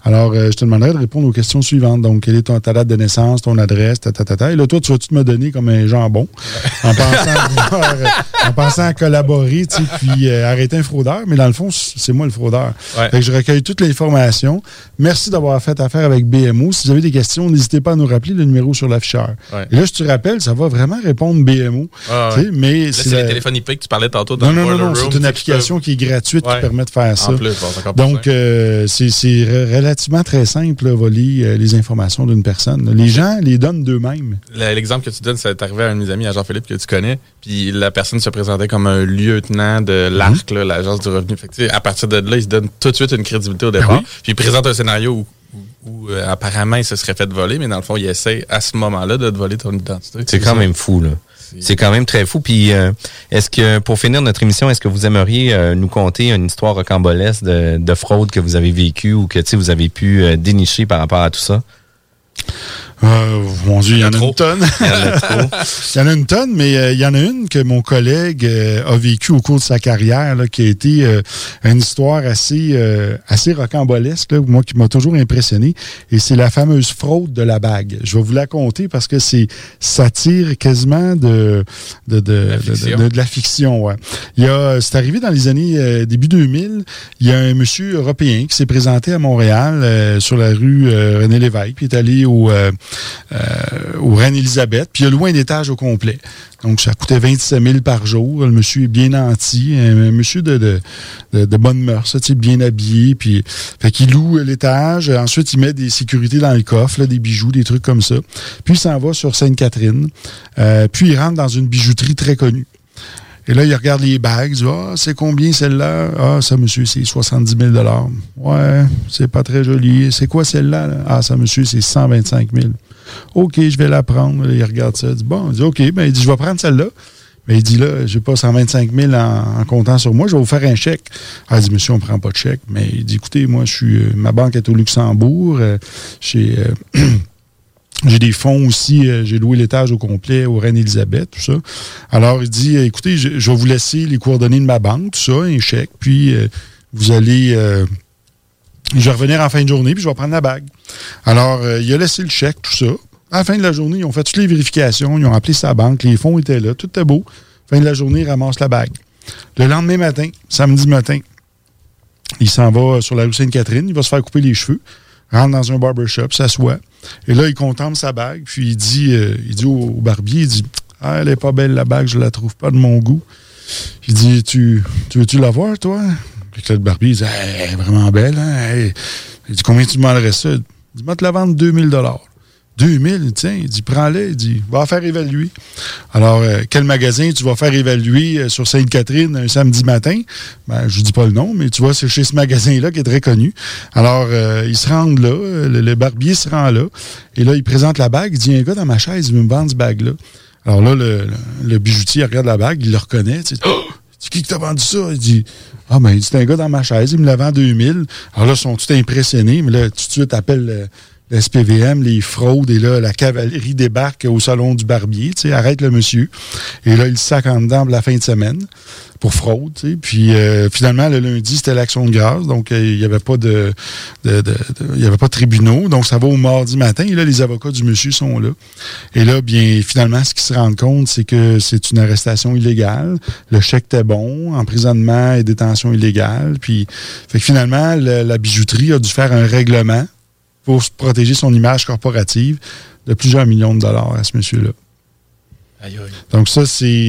Alors, je te demanderais de répondre aux questions suivantes. Donc, quelle est ta date de naissance, ton adresse, Et là, toi, tu vas-tu me donner comme un jambon en pensant à collaborer, tu sais, puis arrêter un fraudeur. Mais dans le fond, c'est moi le fraudeur. Ouais. Fait que je recueille toute l'information. Merci d'avoir fait affaire avec BMO. Si vous avez des questions, n'hésitez pas à nous rappeler le numéro sur l'afficheur. Ouais. Et là, je te rappelle, ça va vraiment répondre BMO. Mais là, c'est les téléphones IP que tu parlais tantôt dans Non, c'est une application qui est gratuite qui permet de faire ça. En plus, donc, c'est relativement très simple, voler les informations d'une personne. Les gens les donnent d'eux-mêmes. L'exemple que tu donnes, c'est arrivé à un de mes amis, à Jean-Philippe, que tu connais, puis la personne se présentait comme un lieutenant de l'ARC, l'Agence du revenu. Fait que, à partir de là, il se donne tout de suite une crédibilité au départ. Puis il présente un scénario où apparemment, il se serait fait voler, mais dans le fond, il essaie à ce moment-là de te voler ton identité. C'est quand même fou, là. C'est quand même très fou. Puis, est-ce que, pour finir notre émission, est-ce que vous aimeriez nous conter une histoire rocambolesque de fraude que vous avez vécue ou que vous avez pu dénicher par rapport à tout ça? Mon Dieu, il y en a une tonne. Il y en a une tonne, mais il y en a une que mon collègue a vécue au cours de sa carrière, là, qui a été une histoire assez rocambolesque, là, moi, qui m'a toujours impressionné. Et c'est la fameuse fraude de la bague. Je vais vous la conter parce que ça tire quasiment de la fiction. Ouais. C'est arrivé dans les années début 2000. Il y a un monsieur européen qui s'est présenté à Montréal sur la rue René-Lévesque, puis il est allé au Reine-Élisabeth, puis il a loué un étage au complet. Donc, ça coûtait 27 000 par jour. Le monsieur est bien nanti, un monsieur de bonne mœurs, bien habillé. Puis, fait qu'il loue l'étage. Ensuite, il met des sécurités dans le coffre, là, des bijoux, des trucs comme ça. Puis, il s'en va sur Sainte-Catherine. Puis, il rentre dans une bijouterie très connue. Et là, il regarde les bagues, il dit « Ah, c'est combien celle-là? Ah, ça, monsieur, c'est 70 000 $. Ouais, c'est pas très joli. C'est quoi celle-là? Là? Ah, ça, monsieur, c'est 125 000 $. OK, je vais la prendre. » Il regarde ça. Il dit « Bon, il dit OK, ben, il dit « Je vais prendre celle-là. » Mais il dit « Là, j'ai pas 125 000 en comptant sur moi. Je vais vous faire un chèque. » Ah, il dit « Monsieur, on prend pas de chèque. » Mais il dit « Écoutez, moi, ma banque est au Luxembourg. J'ai des fonds aussi, j'ai loué l'étage au complet au Reine-Élisabeth, tout ça. Alors, il dit, écoutez, je vais vous laisser les coordonnées de ma banque, tout ça, un chèque, puis vous allez... je vais revenir en fin de journée, puis je vais prendre la bague. Alors, il a laissé le chèque, tout ça. À la fin de la journée, ils ont fait toutes les vérifications, ils ont appelé sa banque, les fonds étaient là, tout était beau. Fin de la journée, il ramasse la bague. Le lendemain matin, samedi matin, il s'en va sur la rue Sainte-Catherine, il va se faire couper les cheveux, rentre dans un barbershop, s'assoit. Et là, il contemple sa bague, puis il dit au barbier, il dit « Ah, elle est pas belle, la bague, je la trouve pas de mon goût. » Il dit « Tu veux-tu la voir, toi? » Puis là, le barbier, il dit « Elle est vraiment belle, hein? Hey. » Il dit « Combien tu demanderais ça? » Il dit « Moi, te la vendre 2000 $. 2000, tiens, il dit, prends-les, il dit, va la faire évaluer. Alors, quel magasin tu vas faire évaluer sur Sainte-Catherine un samedi matin? Ben, je dis pas le nom, mais tu vois, c'est chez ce magasin-là qui est très connu. Alors, ils se rendent là, le barbier se rend là, et là, il présente la bague, il dit, il y a un gars dans ma chaise, il veut me vendre cette bague-là. Alors là, le bijoutier regarde la bague, il le reconnaît, tu sais, oh! C'est qui t'a vendu ça? Il dit, ah, ben, c'est un gars dans ma chaise, il me la vend 2000. Alors là, ils sont tous impressionnés, mais là, tout de suite, appelle le SPVM, les fraudes, et là, la cavalerie débarque au salon du barbier, tu sais, arrête le monsieur. Et là, il sac en dedans pour la fin de semaine pour fraude, tu sais. Puis finalement, le lundi, c'était l'action de grâce, donc il n'y avait pas il y avait pas de tribunaux, donc ça va au mardi matin, et là, les avocats du monsieur sont là. Et là, bien, finalement, ce qu'ils se rendent compte, c'est que c'est une arrestation illégale, le chèque était bon, emprisonnement et détention illégale, puis fait que finalement, la bijouterie a dû faire un règlement pour protéger son image corporative de plusieurs millions de dollars à ce monsieur-là. Aïe, aïe. Donc ça, c'est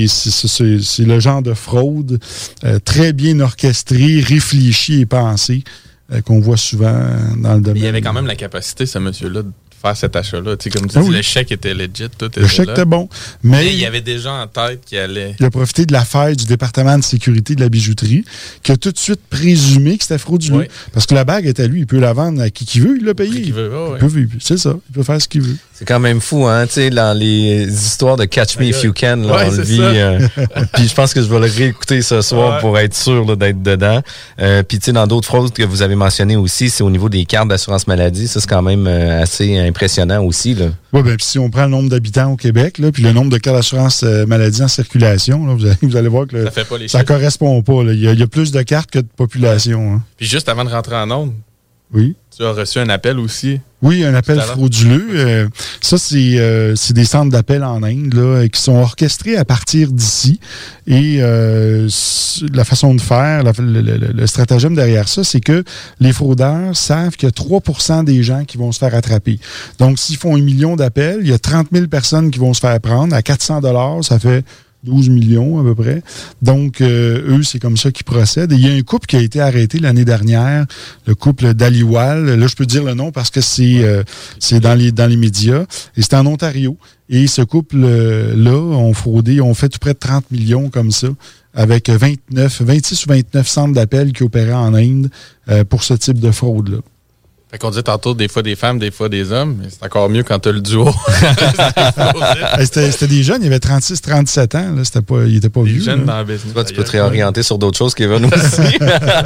le genre de fraude très bien orchestrée, réfléchie et pensée qu'on voit souvent dans le domaine. Il y avait quand même la capacité, ce monsieur-là, de faire cet achat-là. Tu sais, comme tu dis, le chèque était legit, tout était le chèque était bon. Mais il y avait des gens en tête qui allaient... Il a profité de l'affaire du département de sécurité de la bijouterie, qui a tout de suite présumé que c'était frauduleux. Oui. Parce que la bague est à lui, il peut la vendre à qui veut, il l'a payé. Qui veut, oh, oui. C'est ça, il peut faire ce qu'il veut. C'est quand même fou, hein, tu sais, dans les histours de Catch Me If You Can, là, on le vit. Puis je pense que je vais le réécouter ce soir pour être sûr là, d'être dedans. Puis tu sais, dans d'autres fraudes que vous avez mentionnées aussi, c'est au niveau des cartes d'assurance maladie. Ça, c'est quand même assez impressionnant aussi, là. Oui, bien, puis si on prend le nombre d'habitants au Québec, là, puis le nombre de cartes d'assurance maladie en circulation, là, vous allez voir que ça correspond pas. Là. Il y a plus de cartes que de population. Hein. Puis juste avant de rentrer en onde, Oui. Tu as reçu un appel aussi? Oui, un appel frauduleux. Ça, c'est des centres d'appel en Inde là, qui sont orchestrés à partir d'ici. Et la façon de faire, le stratagème derrière ça, c'est que les fraudeurs savent qu'il y a 3% des gens qui vont se faire attraper. Donc, s'ils font 1 million d'appels, il y a 30 000 personnes qui vont se faire prendre. À 400 $, ça fait 12 millions à peu près. Donc, eux, c'est comme ça qu'ils procèdent. Et il y a un couple qui a été arrêté l'année dernière, le couple d'Aliwal. Là, je peux dire le nom parce que c'est dans les médias. Et c'est en Ontario. Et ce couple-là ont fraudé, ont fait tout près de 30 millions comme ça, avec 26 ou 29 centres d'appel qui opéraient en Inde pour ce type de fraude-là. Fait qu'on dit tantôt des fois des femmes, des fois des hommes, mais c'est encore mieux quand t'as le duo. C'était des jeunes, il y avait 36, 37 ans, là, il n'était pas vieux. Jeunes dans le business. Tu peux te réorienter sur d'autres choses, Kevin, aussi.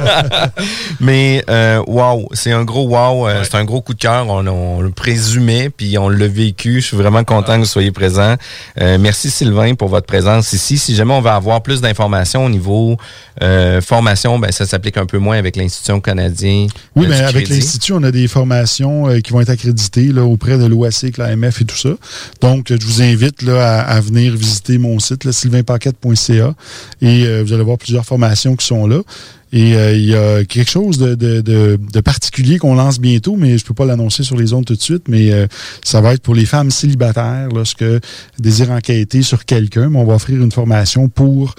Mais, wow, c'est un gros wow, c'est un gros coup de cœur, on le présumait, puis on l'a vécu. Je suis vraiment content que vous soyez présents. Merci Sylvain pour votre présence ici. Si jamais on veut avoir plus d'informations au niveau formation, ben ça s'applique un peu moins avec l'Institution canadienne. Oui, mais avec l'Institut, on a des formations qui vont être accréditées là, auprès de l'OACIC, l'AMF et tout ça. Donc, je vous invite là, à venir visiter mon site, sylvainpaquette.ca, et vous allez voir plusieurs formations qui sont là. Et il y a quelque chose de particulier qu'on lance bientôt, mais je peux pas l'annoncer sur les ondes tout de suite, mais ça va être pour les femmes célibataires lorsque désirent enquêter sur quelqu'un. Mais on va offrir une formation pour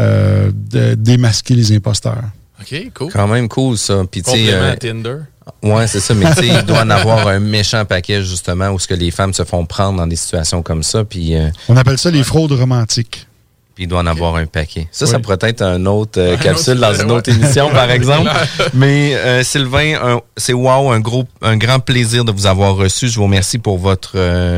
démasquer les imposteurs. OK, cool. Quand même cool, ça. Puis, complément à Tinder. Ouais, c'est ça. Mais tu sais, il doit en avoir un méchant paquet, justement, où ce que les femmes se font prendre dans des situations comme ça. Puis, on appelle ça les fraudes romantiques. Puis il doit en avoir un paquet. Ça pourrait être une autre capsule dans une autre émission, par exemple. Mais Sylvain, c'est wow, un grand plaisir de vous avoir reçu. Je vous remercie pour votre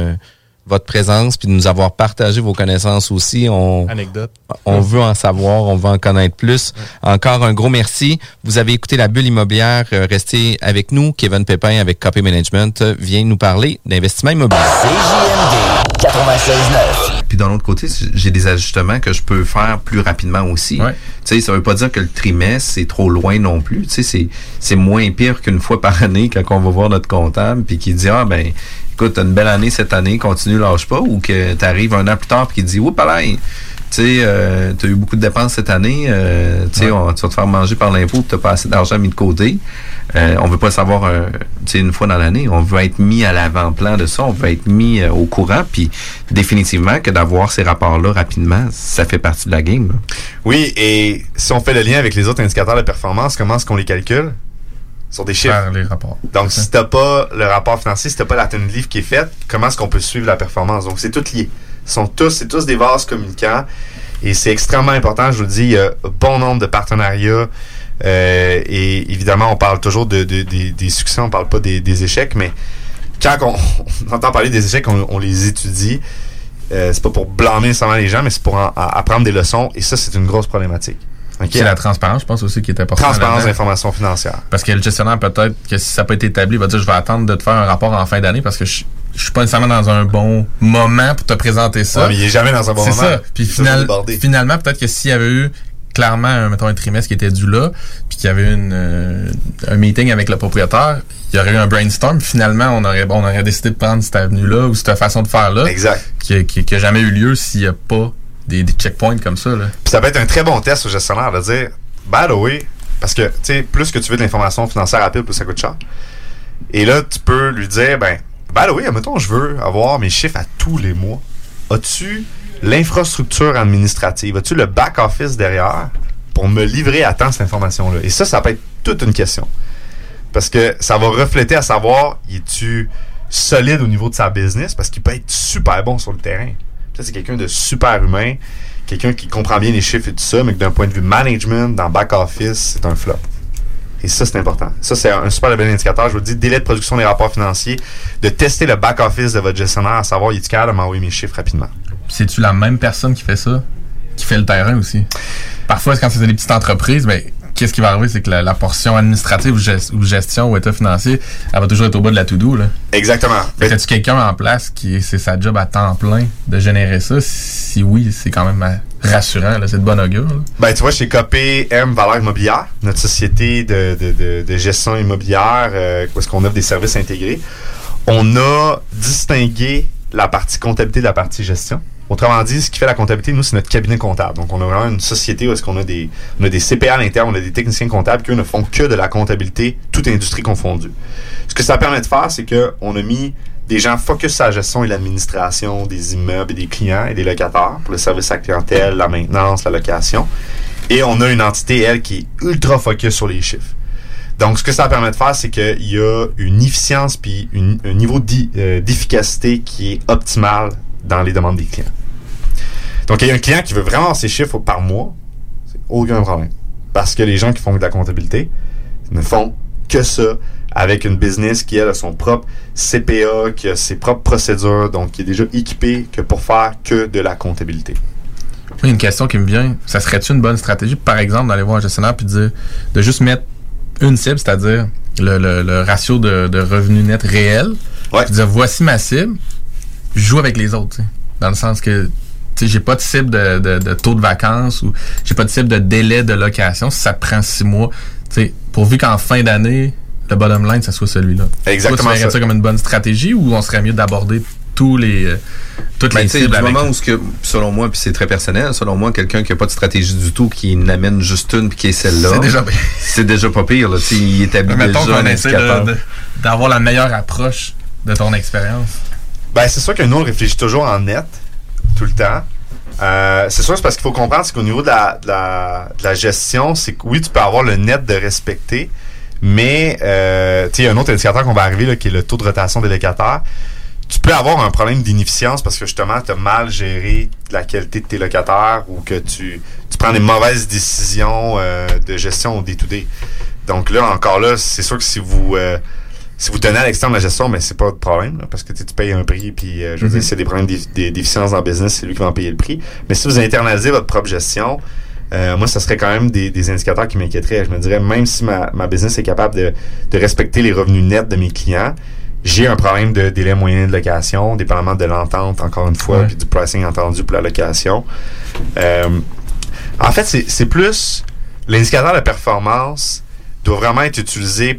présence puis de nous avoir partagé vos connaissances aussi. Anecdote. On veut en savoir, on veut en connaître plus. Encore un gros merci. Vous avez écouté La Bulle immobilière. Restez avec nous. Kevin Pépin avec Copy Management vient nous parler d'investissement immobilier. CJMD 96.9. Puis d'un autre côté, j'ai des ajustements que je peux faire plus rapidement aussi. Ouais. Tu sais, ça veut pas dire que le trimestre, c'est trop loin non plus. Tu sais, c'est moins pire qu'une fois par année quand on va voir notre comptable puis qui dit écoute, t'as une belle année cette année, continue, lâche pas, ou que t'arrives un an plus tard puis qu'il dit oups, tu sais, t'as eu beaucoup de dépenses cette année, tu sais, tu vas te faire manger par l'impôt puis t'as pas assez d'argent mis de côté. On veut pas savoir, tu sais, une fois dans l'année, on veut être mis à l'avant-plan de ça, on veut être mis au courant, puis définitivement que d'avoir ces rapports-là rapidement, ça fait partie de la game. Là. Oui, et si on fait le lien avec les autres indicateurs de performance, comment est-ce qu'on les calcule? Sur des chiffres. Faire les rapports. Donc, si t'as pas le rapport financier, si t'as pas la tenue de livre qui est faite, comment est-ce qu'on peut suivre la performance? Donc, c'est tout lié. C'est tous des vases communicants et c'est extrêmement important. Je vous le dis, il y a bon nombre de partenariats et évidemment, on parle toujours des succès, on parle pas des échecs, mais quand on entend parler des échecs, on les étudie. C'est pas pour blâmer nécessairement les gens, mais c'est pour apprendre des leçons et ça, c'est une grosse problématique. Okay. C'est la transparence, je pense aussi, qui est importante. Transparence d'informations financières. Parce que le gestionnaire, peut-être que si ça n'a pas été établi, il va dire je vais attendre de te faire un rapport en fin d'année parce que je suis pas nécessairement dans un bon moment pour te présenter ça. Ouais, mais il est jamais dans un bon moment. C'est ça. Puis finalement, peut-être que s'il y avait eu clairement un trimestre qui était dû là, puis qu'il y avait eu un meeting avec le propriétaire, il y aurait eu un brainstorm. Finalement, on aurait décidé de prendre cette avenue-là ou cette façon de faire-là. Exact. Qui n'a jamais eu lieu s'il n'y a pas des checkpoints comme ça. Là. Puis ça peut être un très bon test au gestionnaire de dire, by the way, parce que, tu sais, plus que tu veux de l'information financière rapide, plus ça coûte cher. Et là, tu peux lui dire, by the way, admettons, je veux avoir mes chiffres à tous les mois. As-tu l'infrastructure administrative? As-tu le back-office derrière pour me livrer à temps cette information-là? Et ça peut être toute une question. Parce que ça va refléter à savoir, es-tu solide au niveau de sa business? Parce qu'il peut être super bon sur le terrain. Ça, c'est quelqu'un de super humain, quelqu'un qui comprend bien les chiffres et tout ça, mais que d'un point de vue management, dans back-office, c'est un flop. Et ça, c'est important. Ça, c'est un super bel indicateur. Je vous dis, délai de production des rapports financiers, de tester le back-office de votre gestionnaire, à savoir, est-il capable de m'envoyer mes chiffres rapidement. C'est-tu la même personne qui fait ça, qui fait le terrain aussi? Parfois, quand c'est des petites entreprises, qu'est-ce qui va arriver, c'est que la portion administrative ou gestion ou état financier, elle va toujours être au bas de la to-do. Là. Exactement. As-tu quelqu'un en place c'est sa job à temps plein de générer ça? Si oui, c'est quand même rassurant, là, c'est de bon augure. Là. Ben, tu vois, chez KPM Valeur Immobilière, notre société de gestion immobilière, où est-ce qu'on offre des services intégrés, on a distingué la partie comptabilité de la partie gestion. Autrement dit, ce qui fait la comptabilité, nous, c'est notre cabinet comptable. Donc, on a vraiment une société où est-ce qu'on a des CPA à l'interne, on a des techniciens comptables qui, eux, ne font que de la comptabilité, toute industrie confondue. Ce que ça permet de faire, c'est qu'on a mis des gens focus sur la gestion et l'administration des immeubles et des clients et des locataires pour le service à la clientèle, la maintenance, la location. Et on a une entité, elle, qui est ultra focus sur les chiffres. Donc, ce que ça permet de faire, c'est qu'il y a une efficience puis un niveau d'efficacité qui est optimal dans les demandes des clients. Donc, il y a un client qui veut vraiment avoir ses chiffres par mois, c'est aucun problème. Parce que les gens qui font de la comptabilité ne font que ça avec une business qui, elle, a son propre CPA, qui a ses propres procédures, donc qui est déjà équipé que pour faire que de la comptabilité. Oui, une question qui me vient, ça serait-tu une bonne stratégie, par exemple, d'aller voir un gestionnaire puis de juste mettre une cible, c'est-à-dire le ratio de revenus nets réel, puis dire voici ma cible, je joue avec les autres, t'sais, dans le sens que j'ai pas de cible de taux de vacances ou j'ai pas de cible de délai de location. Si ça prend 6 mois, pourvu qu'en fin d'année, le bottom line, ça soit celui-là. Exactement. Toi, tu verrais ça comme une bonne stratégie ou on serait mieux d'aborder toutes les cibles du moment où selon moi, puis c'est très personnel, selon moi, quelqu'un qui n'a pas de stratégie du tout, qui n'amène juste une puis qui est celle-là, c'est déjà pas pire. Là. Il établit déjà un indicateur. D'avoir la meilleure approche de ton expérience. Ben, c'est sûr que nous, on réfléchit toujours en net, tout le temps. C'est sûr, c'est parce qu'il faut comprendre, c'est qu'au niveau de la gestion, c'est que oui, tu peux avoir le net de respecter, mais il y a un autre indicateur qu'on va arriver, là, qui est le taux de rotation des locataires. Tu peux avoir un problème d'inefficience parce que justement, tu as mal géré la qualité de tes locataires ou que tu prends des mauvaises décisions de gestion au day-to-day. Donc là, encore là, c'est sûr que si vous tenez à l'externe de la gestion, ben c'est pas de problème, là, parce que tu payes un prix, puis je veux dire, s'il y a des problèmes d'efficience dans le business, c'est lui qui va en payer le prix. Mais si vous internalisez votre propre gestion, moi, ça serait quand même des indicateurs qui m'inquiéteraient. Je me dirais, même si ma business est capable de respecter les revenus nets de mes clients, j'ai un problème de délai moyen de location, dépendamment de l'entente, encore une fois, puis du pricing entendu pour la location. En fait, c'est plus... L'indicateur de performance doit vraiment être utilisé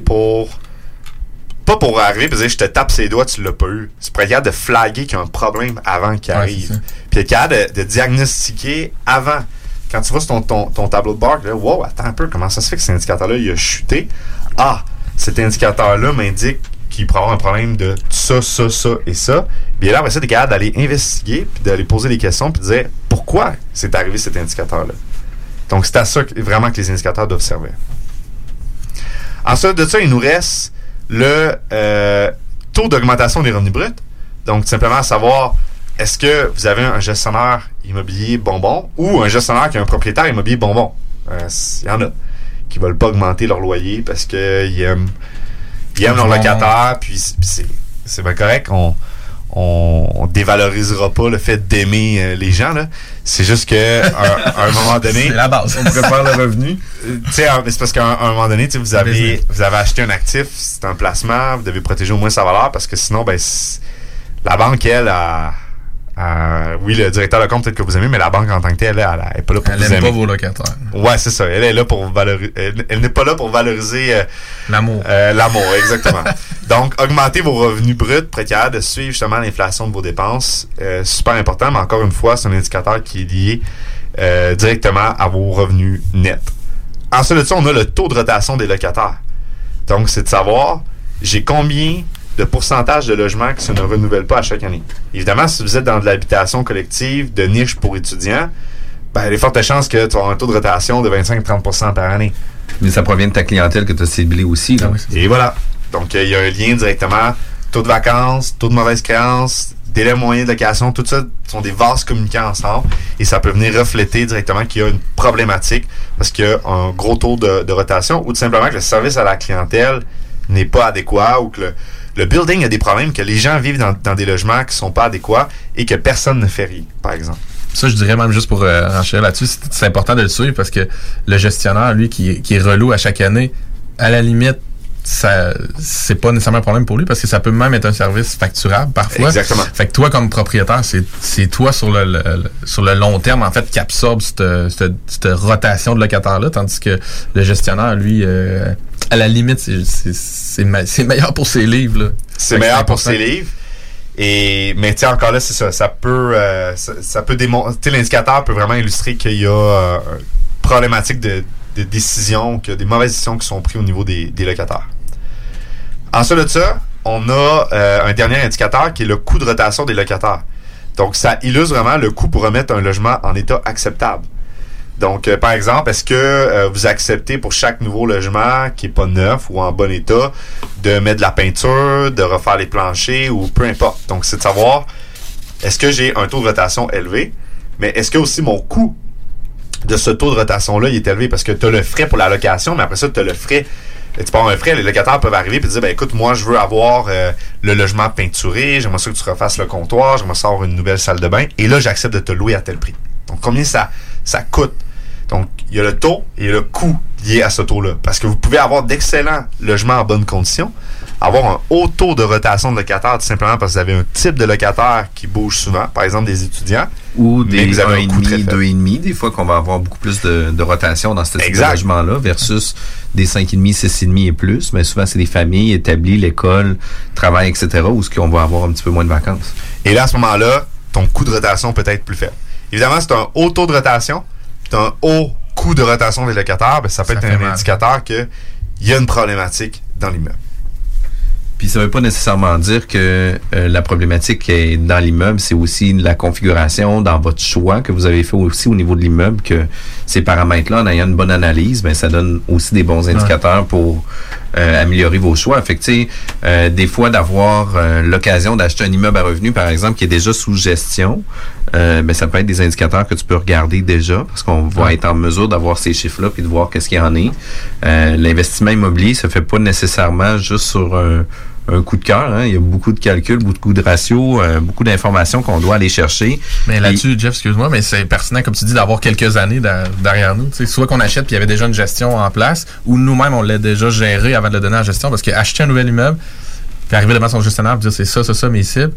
pas pour arriver et dire je te tape ses doigts, tu l'as pas eu. C'est pour être capable de flaguer qu'il y a un problème avant qu'il arrive. Puis être capable de diagnostiquer avant. Quand tu vois sur ton tableau de bord, là, wow, attends un peu, comment ça se fait que cet indicateur-là, il a chuté? Ah, cet indicateur-là m'indique qu'il pourrait avoir un problème de ça et ça. Bien là, après ça, tu es capable d'aller investiguer, puis d'aller poser des questions, puis de dire pourquoi c'est arrivé cet indicateur-là. Donc, c'est à ça vraiment que les indicateurs doivent servir. Ensuite de ça, il nous reste le taux d'augmentation des revenus bruts. Donc, tout simplement à savoir, est-ce que vous avez un gestionnaire immobilier bonbon ou un gestionnaire qui a un propriétaire immobilier bonbon? Il y en a qui ne veulent pas augmenter leur loyer parce qu'ils aiment leurs locataires, puis c'est bien correct. On dévalorisera pas le fait d'aimer les gens, là. C'est juste que à un moment donné, c'est la base. On préfère le revenu. C'est parce qu'à un moment donné, vous avez acheté un actif, c'est un placement, vous devez protéger au moins sa valeur parce que sinon, ben la banque, elle, oui, le directeur de compte, peut-être que vous aimez, mais la banque en tant que telle, elle n'est pas là pour vous aimer. Elle n'aime pas vos locataires. Ouais, c'est ça. Elle est là pour valoriser. Elle n'est pas là pour valoriser l'amour. L'amour, exactement. Donc, augmenter vos revenus bruts pour être capable de suivre justement l'inflation de vos dépenses. Super important, mais encore une fois, c'est un indicateur qui est lié directement à vos revenus nets. Ensuite de ça, on a le taux de rotation des locataires. Donc, c'est de savoir, j'ai combien de pourcentage de logements qui se ne renouvellent pas à chaque année. Évidemment, si vous êtes dans de l'habitation collective de niche pour étudiants, ben, il y a de fortes chances que tu vas avoir un taux de rotation de 25-30% par année. Mais ça provient de ta clientèle que tu as ciblée aussi. Là. Et voilà. Donc, il y a un lien directement. Taux de vacances, taux de mauvaise créance, délai moyen de location, tout ça sont des vases communicants ensemble et ça peut venir refléter directement qu'il y a une problématique parce qu'il y a un gros taux de rotation ou tout simplement que le service à la clientèle n'est pas adéquat ou que le building a des problèmes, que les gens vivent dans des logements qui ne sont pas adéquats et que personne ne fait rien, par exemple. Ça, je dirais même juste pour enchérir là-dessus, c'est important de le suivre parce que le gestionnaire, lui, qui est relou à chaque année, à la limite, c'est pas nécessairement un problème pour lui parce que ça peut même être un service facturable parfois. Exactement. Fait que toi, comme propriétaire, c'est toi sur le long terme, en fait, qui absorbe cette rotation de locataires-là, tandis que le gestionnaire, lui, à la limite, c'est meilleur pour ses livres, là. C'est meilleur pour ses livres. Mais tu sais, encore là, c'est ça. Ça peut démontrer, l'indicateur peut vraiment illustrer qu'il y a une problématique de décisions, qu'il y a des mauvaises décisions qui sont prises au niveau des locataires. Ensuite de ça, on a un dernier indicateur qui est le coût de rotation des locataires. Donc, ça illustre vraiment le coût pour remettre un logement en état acceptable. Donc, par exemple, est-ce que vous acceptez pour chaque nouveau logement qui n'est pas neuf ou en bon état de mettre de la peinture, de refaire les planchers ou peu importe. Donc, c'est de savoir, est-ce que j'ai un taux de rotation élevé, mais est-ce que aussi mon coût de ce taux de rotation-là, il est élevé parce que tu as le frais pour la location, mais après ça, tu as le frais. Tu peux avoir un frais, les locataires peuvent arriver et te dire, ben écoute, moi, je veux avoir le logement peinturé, j'aimerais ça que tu refasses le comptoir, j'aimerais ça avoir une nouvelle salle de bain, et là, j'accepte de te louer à tel prix. Donc, combien ça coûte? Donc, il y a le taux et le coût lié à ce taux-là. Parce que vous pouvez avoir d'excellents logements en bonnes conditions, avoir un haut taux de rotation de locataires tout simplement parce que vous avez un type de locataire qui bouge souvent, par exemple des étudiants. Ou des 1,5, 2,5, des fois qu'on va avoir beaucoup plus de rotation dans ce type de logement-là versus des 5,5, 6,5 et plus. Mais souvent, c'est des familles établies, l'école, travail, etc., où on va avoir un petit peu moins de vacances. Et là, à ce moment-là, ton coût de rotation peut être plus faible. Évidemment, c'est un haut taux de rotation, c'est un haut coût de rotation des locataires, ben, ça peut être un indicateur qu'il y a une problématique dans l'immeuble. Puis ça ne veut pas nécessairement dire que la problématique est dans l'immeuble, c'est aussi la configuration dans votre choix que vous avez fait aussi au niveau de l'immeuble, que ces paramètres-là, en ayant une bonne analyse, ben ça donne aussi des bons indicateurs pour améliorer vos choix. Fait que tu sais, des fois d'avoir l'occasion d'acheter un immeuble à revenu, par exemple, qui est déjà sous gestion, ben ça peut être des indicateurs que tu peux regarder déjà, parce qu'on va être en mesure d'avoir ces chiffres-là puis de voir qu'est-ce qu'il y en est. L'investissement immobilier se fait pas nécessairement juste sur un coup de cœur, hein. Il y a beaucoup de calculs, beaucoup de ratios, beaucoup d'informations qu'on doit aller chercher. Mais là-dessus, Jeff, excuse-moi, mais c'est pertinent, comme tu dis, d'avoir quelques années derrière nous. T'sais, soit qu'on achète puis il y avait déjà une gestion en place, ou nous-mêmes, on l'a déjà géré avant de le donner à la gestion, parce qu'acheter un nouvel immeuble, puis arriver devant son gestionnaire et dire c'est ça, mes cibles.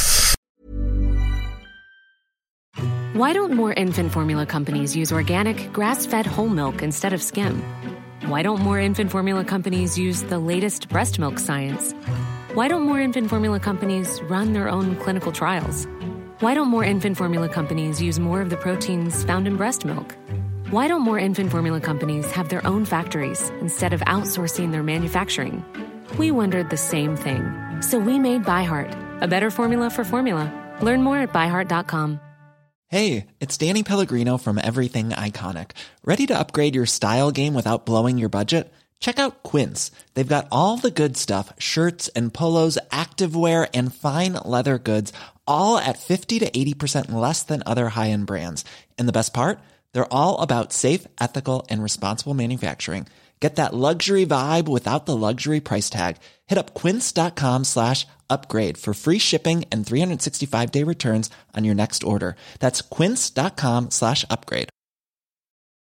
Why don't more infant formula companies use organic, grass-fed whole milk instead of skim? Why don't more infant formula companies use the latest breast milk science? Why don't more infant formula companies run their own clinical trials? Why don't more infant formula companies use more of the proteins found in breast milk? Why don't more infant formula companies have their own factories instead of outsourcing their manufacturing? We wondered the same thing. So we made ByHeart, a better formula for formula. Learn more at byheart.com. Hey, it's Danny Pellegrino from Everything Iconic. Ready to upgrade your style game without blowing your budget? Check out Quince. They've got all the good stuff, shirts and polos, activewear, and fine leather goods, all at 50 to 80% less than other high-end brands. And the best part? They're all about safe, ethical, and responsible manufacturing. Get that luxury vibe without the luxury price tag. Hit up quince.com/upgrade for free shipping and 365-day returns on your next order. That's quince.com/upgrade.